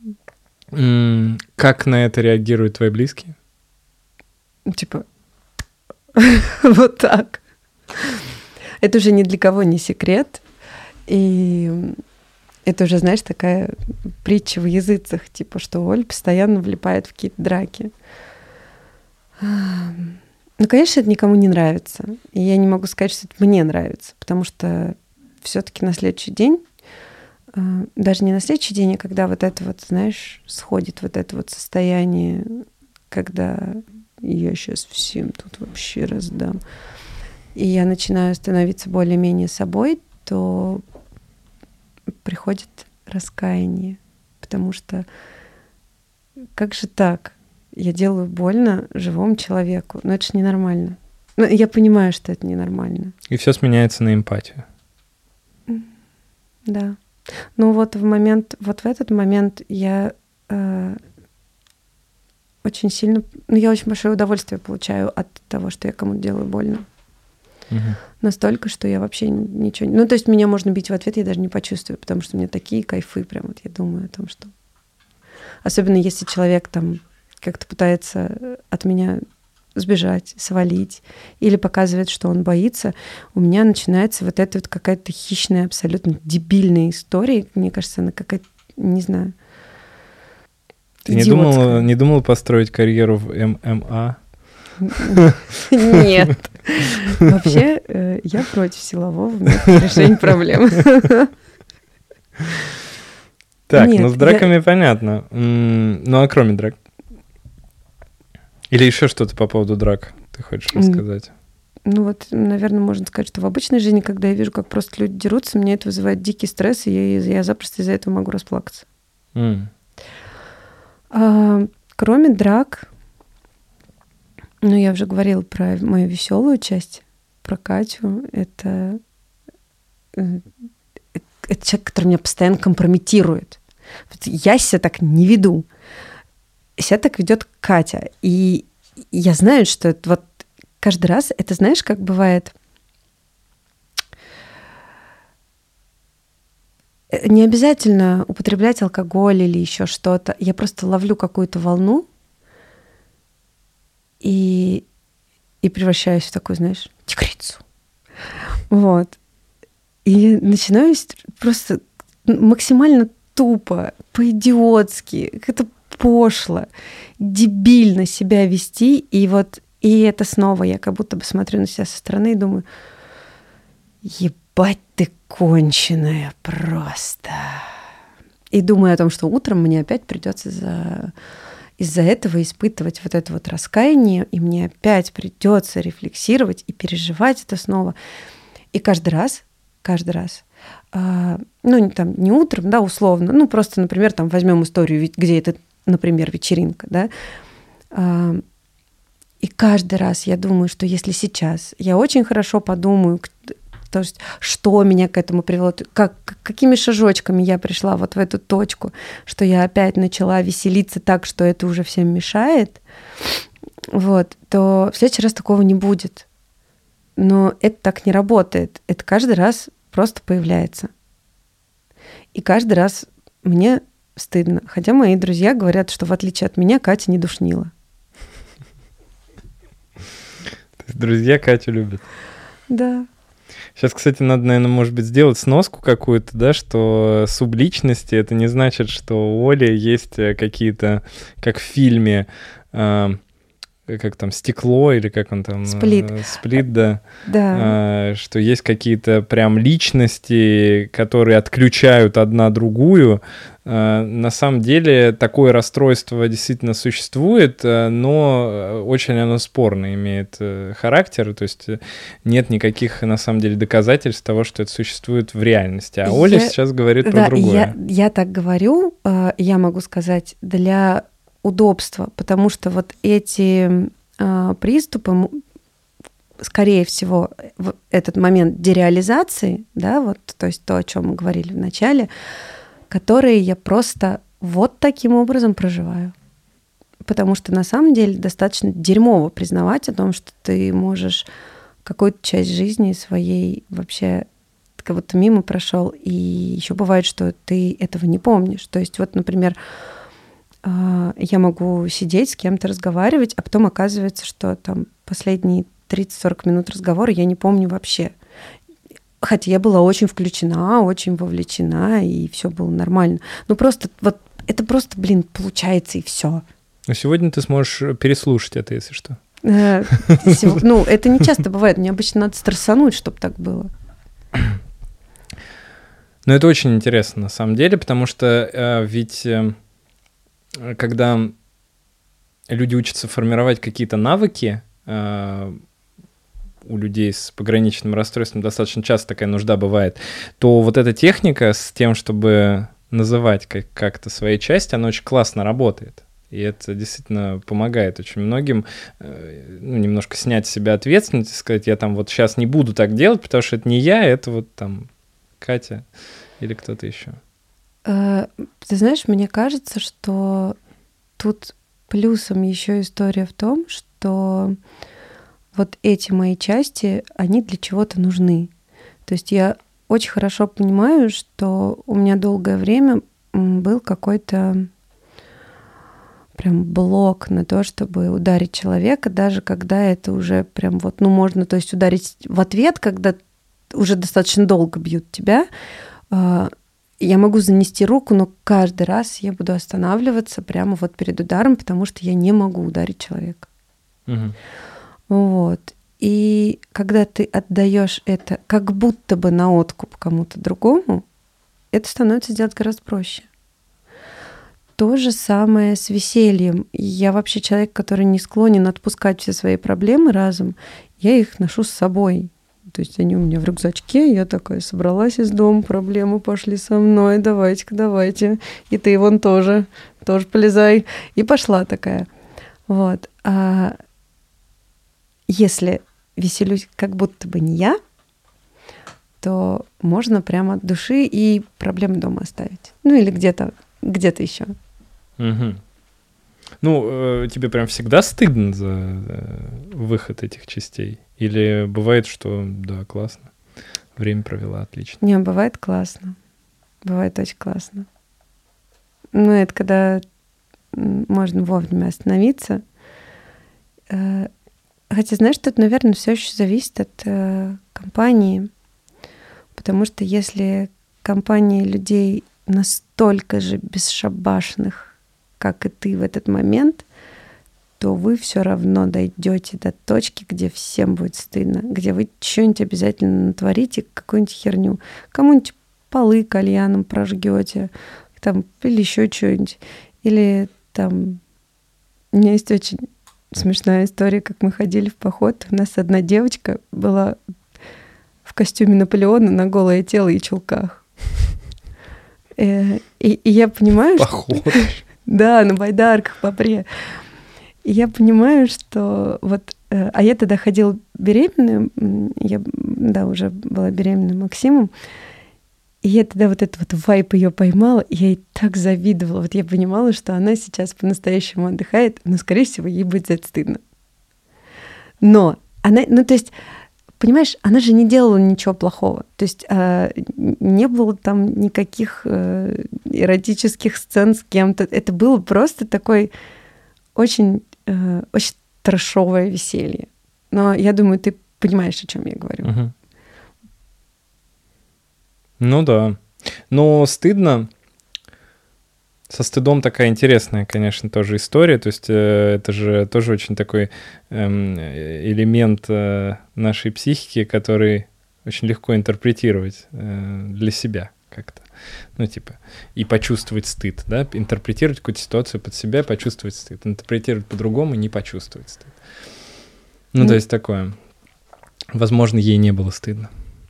Speaker 1: Как на это реагируют твои близкие?
Speaker 2: Типа, вот так. Это уже ни для кого не секрет. И это уже, знаешь, такая притча в языцах, типа, что Оль постоянно влипает в какие-то драки. Ну, конечно, это никому не нравится. И я не могу сказать, что это мне нравится, потому что все-таки на следующий день, даже не на следующий день, а когда вот это вот, знаешь, сходит вот это вот состояние, когда я сейчас всем тут вообще раздам, и я начинаю становиться более-менее собой, то приходит раскаяние, потому что как же так? Я делаю больно живому человеку. Но это же ненормально. Но я понимаю, что это ненормально.
Speaker 1: И все сменяется на эмпатию.
Speaker 2: Да. Ну вот в этот момент я очень сильно... Ну, я очень большое удовольствие получаю от того, что я кому-то делаю больно.
Speaker 1: Угу.
Speaker 2: Настолько, что я вообще ничего... Ну, то есть меня можно бить в ответ, я даже не почувствую, потому что у меня такие кайфы прям. Вот я думаю о том, что... Особенно если человек там как-то пытается от меня сбежать, свалить, или показывает, что он боится, у меня начинается вот эта вот какая-то хищная, абсолютно дебильная история. Мне кажется, она какая-то, не знаю,
Speaker 1: Ты не думала построить карьеру в ММА?
Speaker 2: Нет. Вообще, я против силового метода решения проблем.
Speaker 1: Так, ну с драками понятно. Ну а кроме драк? Или еще что-то по поводу драк ты хочешь рассказать?
Speaker 2: Ну вот, наверное, можно сказать, что в обычной жизни, когда я вижу, как просто люди дерутся, мне это вызывает дикий стресс, и я запросто из-за этого могу расплакаться. Кроме драк, ну я уже говорила про мою веселую часть, про Катю. Это человек, который меня постоянно компрометирует. Я себя так не веду. Себя так ведет Катя. И я знаю, что это вот каждый раз, это знаешь, как бывает... Не обязательно употреблять алкоголь или еще что-то. Я просто ловлю какую-то волну, и и превращаюсь в такую, знаешь, тигрицу. Вот. И начинаю просто максимально тупо, по-идиотски, как-то пошло, дебильно себя вести. И это снова я как будто бы смотрю на себя со стороны и думаю, ебать ты конченая просто. И думаю о том, что утром мне опять придется из-за этого испытывать вот это вот раскаяние, и мне опять придется рефлексировать и переживать это снова. И каждый раз, там не утром, да, условно, просто, например, там возьмем историю, где это, например, вечеринка, да, и каждый раз я думаю, что если сейчас я очень хорошо подумаю, то есть, что меня к этому привело, какими шажочками я пришла вот в эту точку, что я опять начала веселиться так, что это уже всем мешает, вот, то в следующий раз такого не будет. Но это так не работает. Это каждый раз просто появляется. И каждый раз мне стыдно. Хотя мои друзья говорят, что в отличие от меня Катя не душнила.
Speaker 1: Друзья Катю любят.
Speaker 2: Да.
Speaker 1: Сейчас, кстати, надо, наверное, может быть, сделать сноску какую-то, да, что субличности — это не значит, что у Оли есть какие-то, как в фильме, как там, «Стекло» или как он там? Сплит, да.
Speaker 2: Да.
Speaker 1: Что есть какие-то прям личности, которые отключают одна другую. На самом деле такое расстройство действительно существует, но очень оно спорно имеет характер, то есть нет никаких, на самом деле, доказательств того, что это существует в реальности. А Оля сейчас говорит про другое.
Speaker 2: Я так говорю, я могу сказать, для удобства, потому что вот эти приступы, скорее всего, в этот момент дереализации, да, вот, то есть то, о чем мы говорили в начале, которые я просто вот таким образом проживаю. Потому что на самом деле достаточно дерьмово признавать о том, что ты можешь какую-то часть жизни своей вообще как будто мимо прошел, и еще бывает, что ты этого не помнишь. То есть вот, например, я могу сидеть с кем-то, разговаривать, а потом оказывается, что там последние 30-40 минут разговора я не помню вообще. Хотя я была очень включена, очень вовлечена, и все было нормально. Ну просто вот это просто, получается, и все.
Speaker 1: Но сегодня ты сможешь переслушать это, если что.
Speaker 2: Ну, это не часто бывает. Мне обычно надо стрессануть, чтобы так было.
Speaker 1: Но это очень интересно, на самом деле, потому что ведь когда люди учатся формировать какие-то навыки, у людей с пограничным расстройством достаточно часто такая нужда бывает, то вот эта техника с тем, чтобы называть как-то свои части, она очень классно работает. И это действительно помогает очень многим немножко снять с себя ответственность и сказать, я там вот сейчас не буду так делать, потому что это не я, это вот там Катя или кто-то еще.
Speaker 2: Ты знаешь, мне кажется, что тут плюсом еще история в том, что вот эти мои части, они для чего-то нужны. То есть я очень хорошо понимаю, что у меня долгое время был какой-то прям блок на то, чтобы ударить человека, даже когда это уже прям вот, можно, то есть ударить в ответ, когда уже достаточно долго бьют тебя. Я могу занести руку, но каждый раз я буду останавливаться прямо вот перед ударом, потому что я не могу ударить человека.
Speaker 1: Угу.
Speaker 2: Вот. И когда ты отдаешь это как будто бы на откуп кому-то другому, это становится делать гораздо проще. То же самое с весельем. Я вообще человек, который не склонен отпускать все свои проблемы разом. Я их ношу с собой. То есть они у меня в рюкзачке, я такая собралась из дома, проблемы пошли со мной, давайте-ка, давайте. И ты вон тоже полезай. И пошла такая. Вот. А если веселюсь как будто бы не я, то можно прямо от души и проблемы дома оставить. Ну или где-то еще.
Speaker 1: Угу. Ну, тебе прям всегда стыдно за выход этих частей? Или бывает, что да, классно, время провела отлично?
Speaker 2: Не, бывает классно. Бывает очень классно. Ну, это когда можно вовремя остановиться, Хотя, знаешь, тут, наверное, все еще зависит от компании, потому что если компания людей настолько же бесшабашных, как и ты в этот момент, то вы все равно дойдете до точки, где всем будет стыдно, где вы что-нибудь обязательно натворите, какую-нибудь херню, кому-нибудь полы кальяном прожгете, там, или еще что-нибудь. Или там... У меня есть очень смешная история, как мы ходили в поход. У нас одна девочка была в костюме Наполеона на голое тело и чулках. И я понимаю,
Speaker 1: Поход.
Speaker 2: что... Да, на байдарках по Пре. И я понимаю, что вот... А я тогда ходила беременная, я, да, уже была беременна Максимом, и я тогда вот этот вот вайб ее поймала, и я ей так завидовала. Вот я понимала, что она сейчас по-настоящему отдыхает, но, скорее всего, ей будет за это стыдно. Но она, ну, то есть, понимаешь, она же не делала ничего плохого. То есть не было там никаких эротических сцен с кем-то. Это было просто такой очень, очень трэшовое веселье. Но я думаю, ты понимаешь, о чем я говорю.
Speaker 1: Угу. Ну да. Но стыдно. Со стыдом такая интересная, конечно, тоже история. То есть это же тоже очень такой элемент нашей психики, который очень легко интерпретировать для себя как-то. Ну, типа, и почувствовать стыд, да? Интерпретировать какую-то ситуацию под себя, почувствовать стыд. Интерпретировать по-другому, не почувствовать стыд. Ну, то есть такое. Возможно, ей не было стыдно.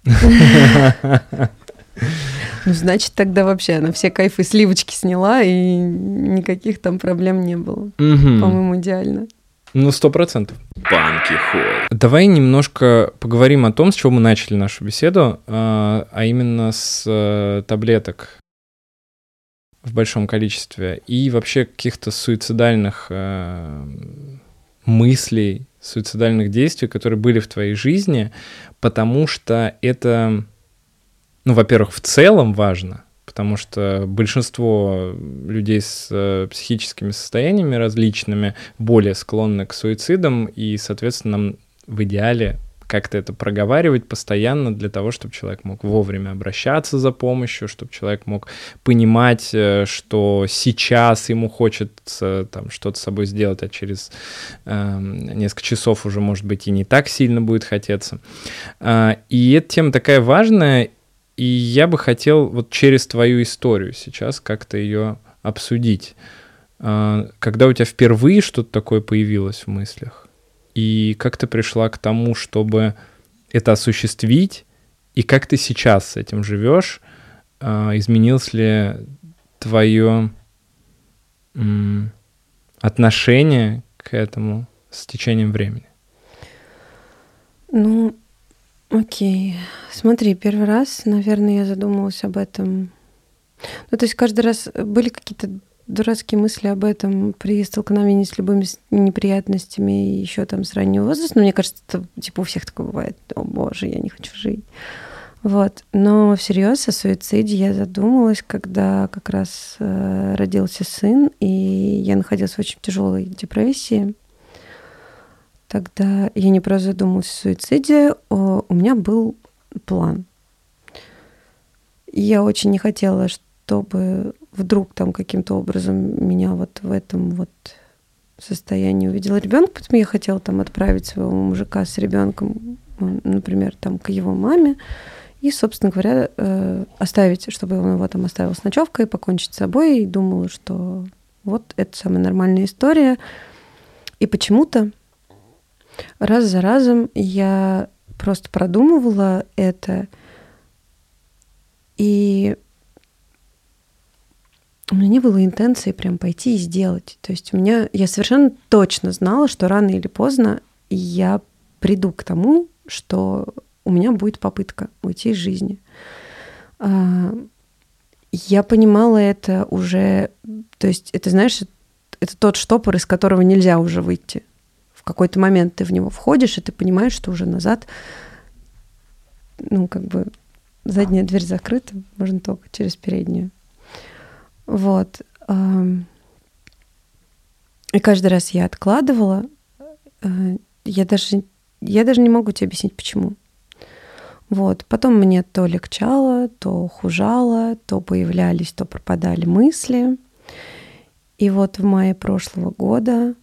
Speaker 2: Ну, значит, тогда вообще она все кайфы сливочки сняла, и никаких там проблем не было. По-моему, идеально.
Speaker 1: Ну, 100%. Банки Холл. Давай немножко поговорим о том, с чего мы начали нашу беседу, а именно с таблеток в большом количестве и вообще каких-то суицидальных мыслей, суицидальных действий, которые были в твоей жизни, потому что это... Ну, во-первых, в целом важно, потому что большинство людей с психическими состояниями различными более склонны к суицидам, и, соответственно, нам в идеале как-то это проговаривать постоянно для того, чтобы человек мог вовремя обращаться за помощью, чтобы человек мог понимать, что сейчас ему хочется там что-то с собой сделать, а через несколько часов уже, может быть, и не так сильно будет хотеться. И эта тема такая важная, и я бы хотел вот через твою историю сейчас как-то ее обсудить. Когда у тебя впервые что-то такое появилось в мыслях, и как ты пришла к тому, чтобы это осуществить, и как ты сейчас с этим живешь, изменилось ли твое отношение к этому с течением времени?
Speaker 2: Ну, окей. Смотри, первый раз, наверное, я задумалась об этом. Ну, то есть каждый раз были какие-то дурацкие мысли об этом при столкновении с любыми неприятностями еще там с раннего возраста. Но мне кажется, это типа у всех такое бывает. О боже, я не хочу жить. Вот. Но всерьез о суициде я задумалась, когда как раз родился сын, и я находилась в очень тяжелой депрессии. Тогда я не просто задумалась о суициде, у меня был план. Я очень не хотела, чтобы вдруг там каким-то образом меня вот в этом вот состоянии увидел ребенок, поэтому я хотела там отправить своего мужика с ребенком, например, там к его маме, и, собственно говоря, оставить, чтобы он его там оставил с ночевкой, покончить с собой, и думала, что вот это самая нормальная история. И почему-то раз за разом я просто продумывала это, и у меня не было интенции прям пойти и сделать. То есть я совершенно точно знала, что рано или поздно я приду к тому, что у меня будет попытка уйти из жизни. Я понимала это уже, то есть это, знаешь, это тот штопор, из которого нельзя уже выйти. В какой-то момент ты в него входишь, и ты понимаешь, что уже назад, ну, как бы задняя дверь закрыта, можно только через переднюю. Вот. И каждый раз я откладывала, я даже не могу тебе объяснить, почему. Вот. Потом мне то легчало, то хужало, то появлялись, то пропадали мысли. И вот в мае прошлого года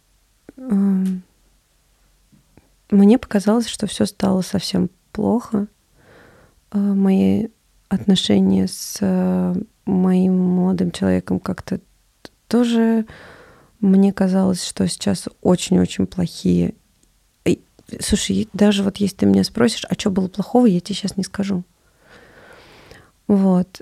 Speaker 2: мне показалось, что все стало совсем плохо. Мои отношения с моим молодым человеком как-то тоже, мне казалось, что сейчас очень-очень плохие. Слушай, даже вот если ты меня спросишь, а что было плохого, я тебе сейчас не скажу. Вот.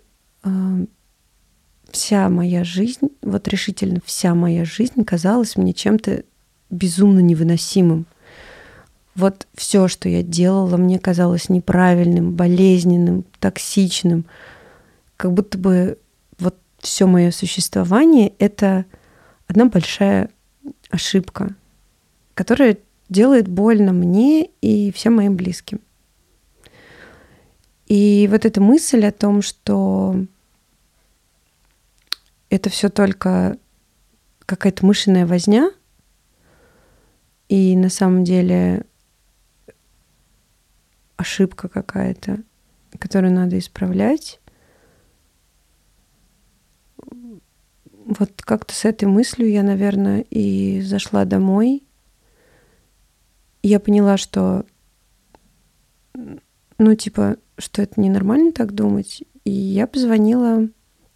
Speaker 2: Вся моя жизнь, вот решительно вся моя жизнь казалась мне чем-то безумно невыносимым. Вот все, что я делала, мне казалось неправильным, болезненным, токсичным. Как будто бы вот все мое существование — это одна большая ошибка, которая делает больно мне и всем моим близким. И вот эта мысль о том, что это все только какая-то мышиная возня, и на самом деле ошибка какая-то, которую надо исправлять. Вот как-то с этой мыслью я, наверное, и зашла домой. Я поняла, что, что это ненормально так думать. И я позвонила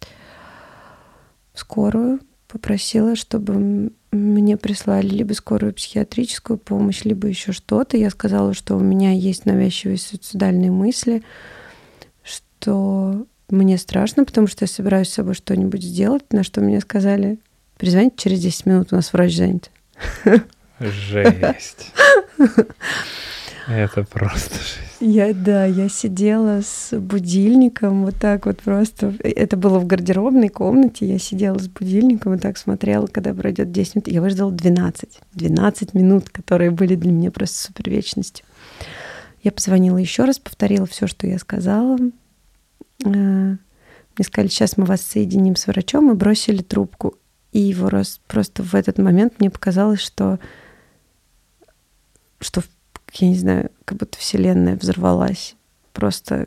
Speaker 2: в скорую, попросила, чтобы мне прислали либо скорую психиатрическую помощь, либо еще что-то. Я сказала, что у меня есть навязчивые суицидальные мысли, что мне страшно, потому что я собираюсь с собой что-нибудь сделать, на что мне сказали: перезвоните через 10 минут, у нас врач занят.
Speaker 1: Жесть. Это просто жесть.
Speaker 2: Я сидела с будильником вот так вот просто. Это было в гардеробной комнате. Я сидела с будильником и так смотрела, когда пройдет 10 минут. Я выждала 12 минут, которые были для меня просто супер вечностью. Я позвонила еще раз, повторила все, что я сказала. Мне сказали: сейчас мы вас соединим с врачом, и бросили трубку. И просто в этот момент мне показалось, что я не знаю, как будто Вселенная взорвалась. Просто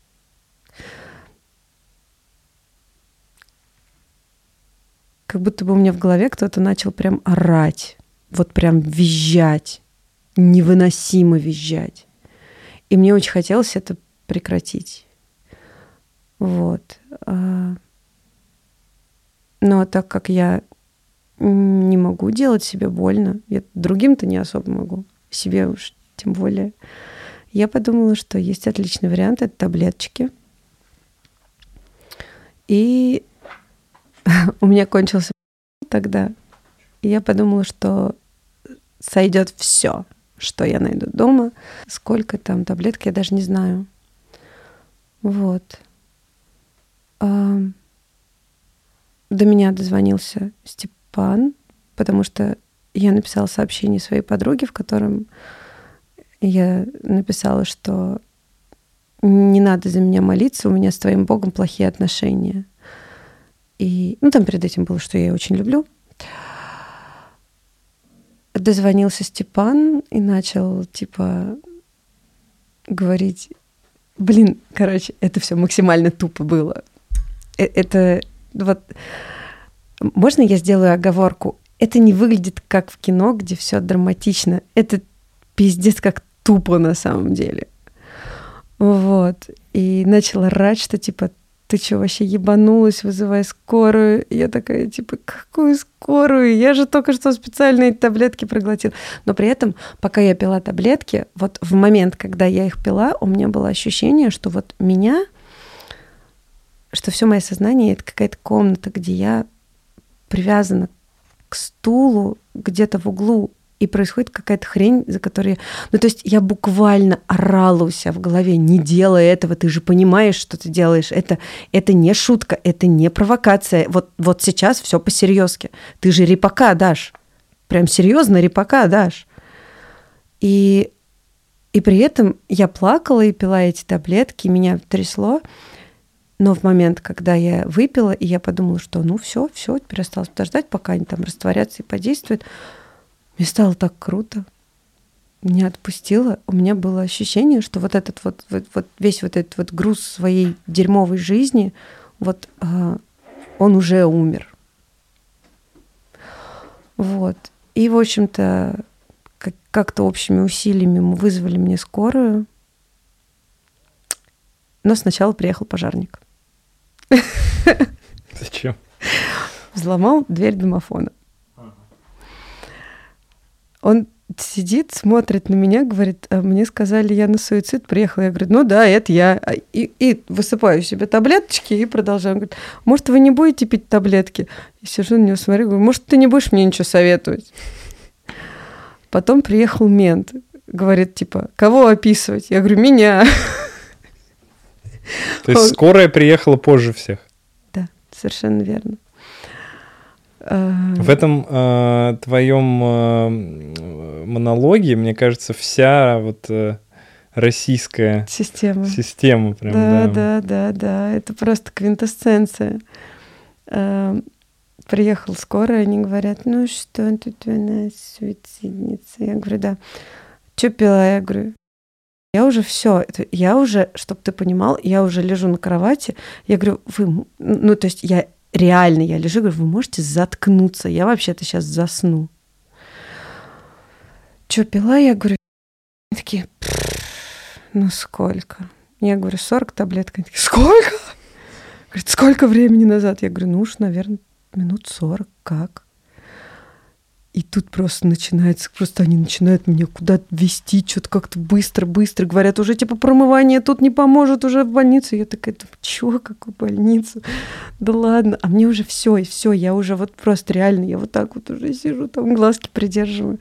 Speaker 2: как будто бы у меня в голове кто-то начал прям орать, вот прям визжать, невыносимо визжать. И мне очень хотелось это прекратить. Вот. Но так как я не могу делать себе больно, я другим-то не особо могу, себе уж тем более, я подумала, что есть отличный вариант — это таблеточки. И у меня кончился тогда. И я подумала, что сойдет все, что я найду дома. Сколько там таблеток, я даже не знаю. Вот. До меня дозвонился Степан, потому что я написала сообщение своей подруге, в котором я написала, что не надо за меня молиться, у меня с твоим Богом плохие отношения. И, там перед этим было, что я ее очень люблю. Дозвонился Степан и начал, говорить... это все максимально тупо было. Это вот... Можно я сделаю оговорку? Это не выглядит как в кино, где все драматично. Это пиздец как тупо на самом деле. Вот. И начала орать, что ты что, вообще ебанулась, вызывай скорую. И я такая, какую скорую? Я же только что специальные таблетки проглотила. Но при этом, пока я пила таблетки, вот в момент, когда я их пила, у меня было ощущение, что вот что все мое сознание — это какая-то комната, где я привязана к стулу где-то в углу, и происходит какая-то хрень, за которой... то есть я буквально орала у себя в голове: не делай этого, ты же понимаешь, что ты делаешь. Это не шутка, это не провокация. Вот сейчас все по-серьезки. Ты же репака дашь. Прям серьезно репака дашь. И при этом я плакала и пила эти таблетки, меня трясло. Но в момент, когда я выпила, и я подумала, что все, теперь осталось подождать, пока они там растворятся и подействуют, мне стало так круто. меня отпустило. У меня было ощущение, что вот этот вот весь вот этот вот груз своей дерьмовой жизни, вот он уже умер. Вот. И, в общем-то, как-то общими усилиями мы вызвали мне скорую. Но сначала приехал пожарник.
Speaker 1: Зачем?
Speaker 2: Взломал дверь домофона. Он сидит, смотрит на меня, говорит: мне сказали, я на суицид приехала. Я говорю: ну да, это я. И высыпаю себе таблеточки и продолжаю. Он говорит: может, вы не будете пить таблетки? И сижу на него, смотрю, говорю: может, ты не будешь мне ничего советовать? Потом приехал мент. Говорит, типа: кого описывать? Я говорю: меня.
Speaker 1: То есть скорая приехала позже всех?
Speaker 2: Да, совершенно верно.
Speaker 1: В этом твоем монологе, мне кажется, вся вот российская система прям,
Speaker 2: да. Это просто квинтэссенция. Приехал скорая, они говорят: ну что тут у нас суицидница? Я говорю: да. Что пила? Я говорю: я уже все, я уже, чтобы ты понимал, я уже лежу на кровати. Я говорю: вы, ну то есть я лежу, говорю: вы можете заткнуться, я вообще-то сейчас засну. Что пила? Я говорю: они такие: ну сколько? Я говорю: 40 таблеток. Они такие: сколько? Говорит: сколько времени назад? Я говорю: ну уж, наверное, минут 40. Как? И тут просто они начинают меня куда-то везти, что-то как-то быстро. Говорят: уже типа промывание тут не поможет, уже в больницу. Я такая: чего, какую больницу? Да ладно. А мне уже все, я уже вот просто реально, я вот так вот уже сижу, там глазки придерживаю.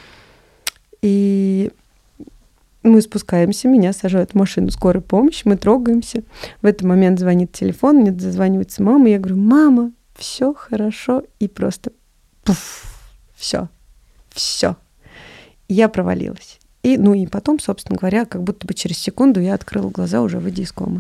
Speaker 2: И мы спускаемся, меня сажают в машину скорой помощи, мы трогаемся. В этот момент звонит телефон, мне дозванивается мама, я говорю: мама, все хорошо, и просто пуф. Все. Я провалилась. И потом, собственно говоря, как будто бы через секунду я открыла глаза, уже выйдя из комы.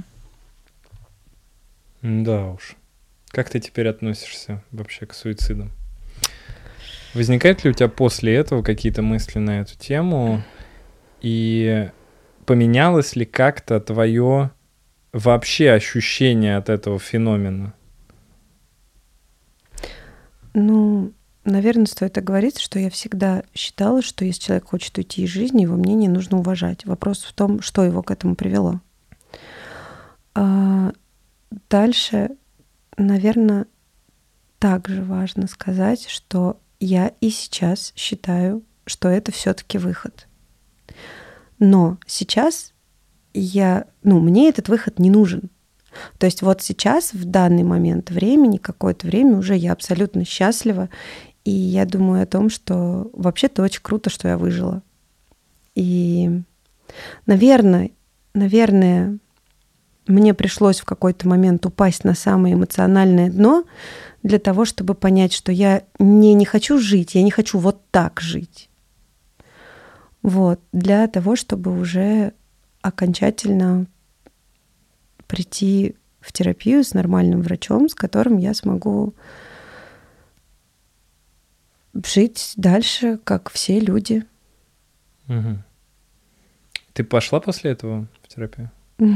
Speaker 1: Да уж. Как ты теперь относишься вообще к суицидам? Возникают ли у тебя после этого какие-то мысли на эту тему? И поменялось ли как-то твое вообще ощущение от этого феномена?
Speaker 2: Наверное, стоит оговориться, что я всегда считала, что если человек хочет уйти из жизни, его мнение нужно уважать. Вопрос в том, что его к этому привело. Дальше, наверное, также важно сказать, что я и сейчас считаю, что это все-таки выход. Но сейчас мне этот выход не нужен. То есть вот сейчас, в данный момент времени, какое-то время уже я абсолютно счастлива. И я думаю о том, что вообще-то очень круто, что я выжила. И, наверное, мне пришлось в какой-то момент упасть на самое эмоциональное дно для того, чтобы понять, что я не хочу жить, я не хочу вот так жить. Вот, для того, чтобы уже окончательно прийти в терапию с нормальным врачом, с которым я смогу жить дальше, как все люди.
Speaker 1: Угу. Ты пошла после этого в терапию?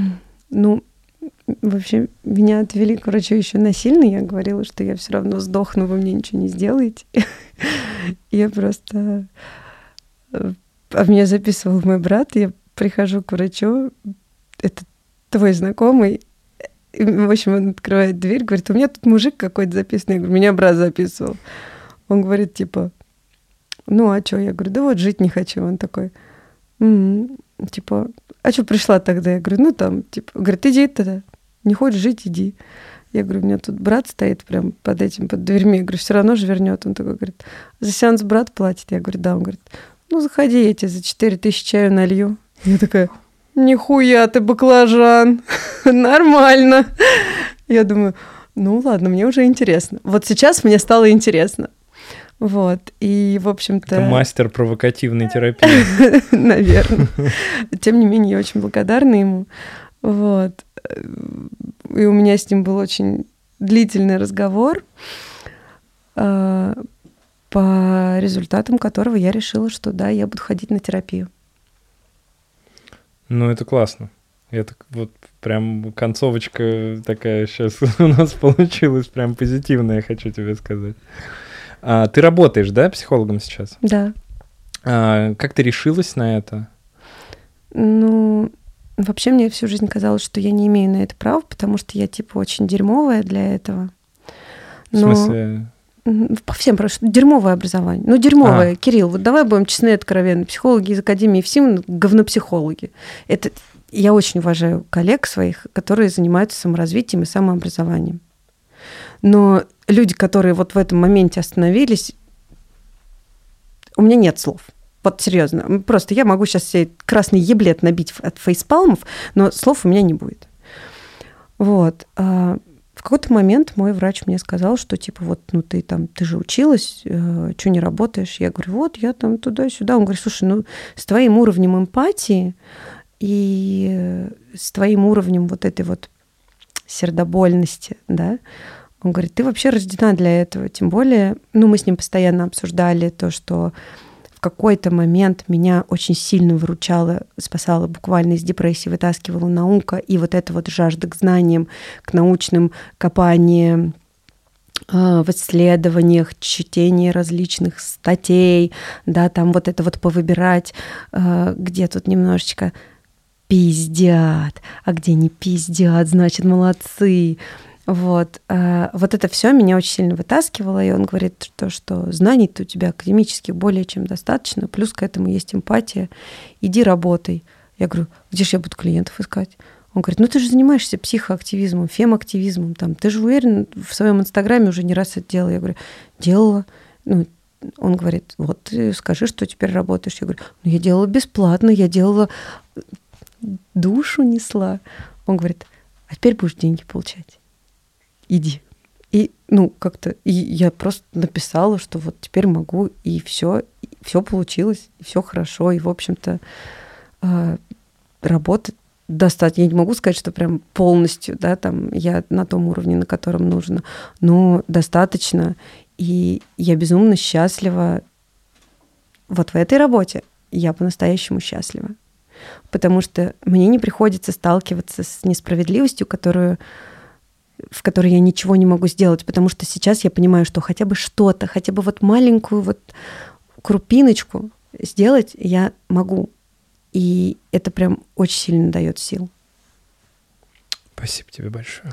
Speaker 2: Вообще, меня отвели к врачу еще насильно. Я говорила, что я все равно сдохну, вы мне ничего не сделаете. Я просто... А меня записывал мой брат, я прихожу к врачу, это твой знакомый, и, в общем, он открывает дверь, говорит: у меня тут мужик какой-то записанный. Я говорю: меня брат записывал. Он говорит, типа: ну, а что? Я говорю: да вот, жить не хочу. Он такой: типа: а что пришла тогда? Я говорю: говорит: иди тогда. Не хочешь жить, иди. Я говорю: у меня тут брат стоит прям под дверьми. Я говорю: все равно же вернет. Он такой говорит: за сеанс брат платит? Я говорю: да. Он говорит: ну, заходи, я тебе за 4000 чаю налью. Я такая: нихуя ты, баклажан, нормально. Я думаю: ну ладно, мне уже интересно. Вот сейчас мне стало интересно. Вот, и, в общем-то...
Speaker 1: Это мастер провокативной терапии.
Speaker 2: Наверное. Тем не менее, я очень благодарна ему. Вот. И у меня с ним был очень длительный разговор, по результатам которого я решила, что да, я буду ходить на терапию.
Speaker 1: Ну, это классно. Это вот прям концовочка такая сейчас у нас получилась, прям позитивная, хочу тебе сказать. Ты работаешь, да, психологом сейчас?
Speaker 2: Да.
Speaker 1: Как ты решилась на это?
Speaker 2: Ну, вообще мне всю жизнь казалось, что я не имею на это права, потому что я, типа, очень дерьмовая для этого.
Speaker 1: В смысле?
Speaker 2: По всем просто дерьмовое образование. Ну, дерьмовое, Кирилл, вот давай будем честны и откровенны. Психологи из Академии ФСИН — говнопсихологи. Это... Я очень уважаю коллег своих, которые занимаются саморазвитием и самообразованием. Но люди, которые вот в этом моменте остановились, у меня нет слов. Вот серьезно. Просто я могу сейчас себе красный еблет набить от фейспалмов, но слов у меня не будет. Вот. В какой-то момент мой врач мне сказал, что типа вот, ну ты же училась, что не работаешь? Я говорю, вот я там туда-сюда. Он говорит, слушай, ну с твоим уровнем эмпатии и с твоим уровнем вот этой вот сердобольности, да, он говорит, ты вообще рождена для этого. Тем более, ну мы с ним постоянно обсуждали то, что в какой-то момент меня очень сильно выручала, спасала буквально из депрессии, вытаскивала наука, и вот эта вот жажда к знаниям, к научным копаниям, в исследованиях, чтении различных статей, да, там вот это вот повыбирать, где тут немножечко пиздят, а где не пиздят, значит, молодцы. Вот. Вот это все меня очень сильно вытаскивало, и он говорит, что знаний-то у тебя академических более чем достаточно, плюс к этому есть эмпатия, иди работай. Я говорю, где же я буду клиентов искать? Он говорит, ну ты же занимаешься психоактивизмом, фемактивизмом, там, ты же уверен, в своем инстаграме уже не раз это делала. Я говорю, делала. Ну, он говорит, вот ты скажи, что теперь работаешь. Я говорю, ну я делала бесплатно, я делала, душу несла. Он говорит, а теперь будешь деньги получать. Иди. И, ну, как-то, и я просто написала, что вот теперь могу, и все получилось, и все хорошо, и, в общем-то, работа достаточно. Я не могу сказать, что прям полностью, да, там, я на том уровне, на котором нужно, но достаточно, и я безумно счастлива вот в этой работе. Я по-настоящему счастлива. Потому что мне не приходится сталкиваться с несправедливостью, в которой я ничего не могу сделать, потому что сейчас я понимаю, что хотя бы что-то, хотя бы вот маленькую вот крупиночку сделать я могу. И это прям очень сильно дает сил.
Speaker 1: Спасибо тебе большое.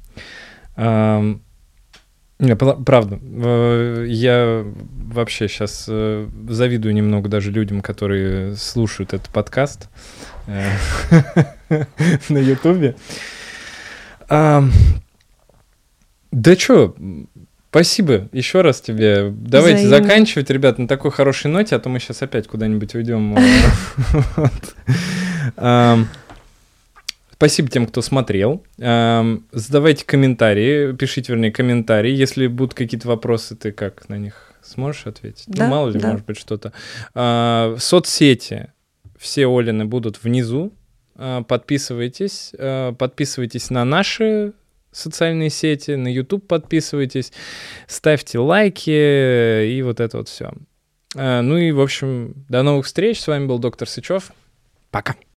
Speaker 1: Правда, я вообще сейчас завидую немного даже людям, которые слушают этот подкаст на Ютубе. Да что, спасибо еще раз тебе. Давайте заканчивать, ребят, на такой хорошей ноте, а то мы сейчас опять куда-нибудь уйдем. Спасибо тем, кто смотрел. Задавайте комментарии, пишите, вернее, комментарии. Если будут какие-то вопросы, ты как на них сможешь ответить?
Speaker 2: Да,
Speaker 1: ну, мало ли, может быть, что-то. Соцсети все Олины будут внизу. Подписывайтесь на наши социальные сети, на YouTube подписывайтесь, ставьте лайки и вот это вот все. Ну и, в общем, до новых встреч. С вами был доктор Сычев. Пока.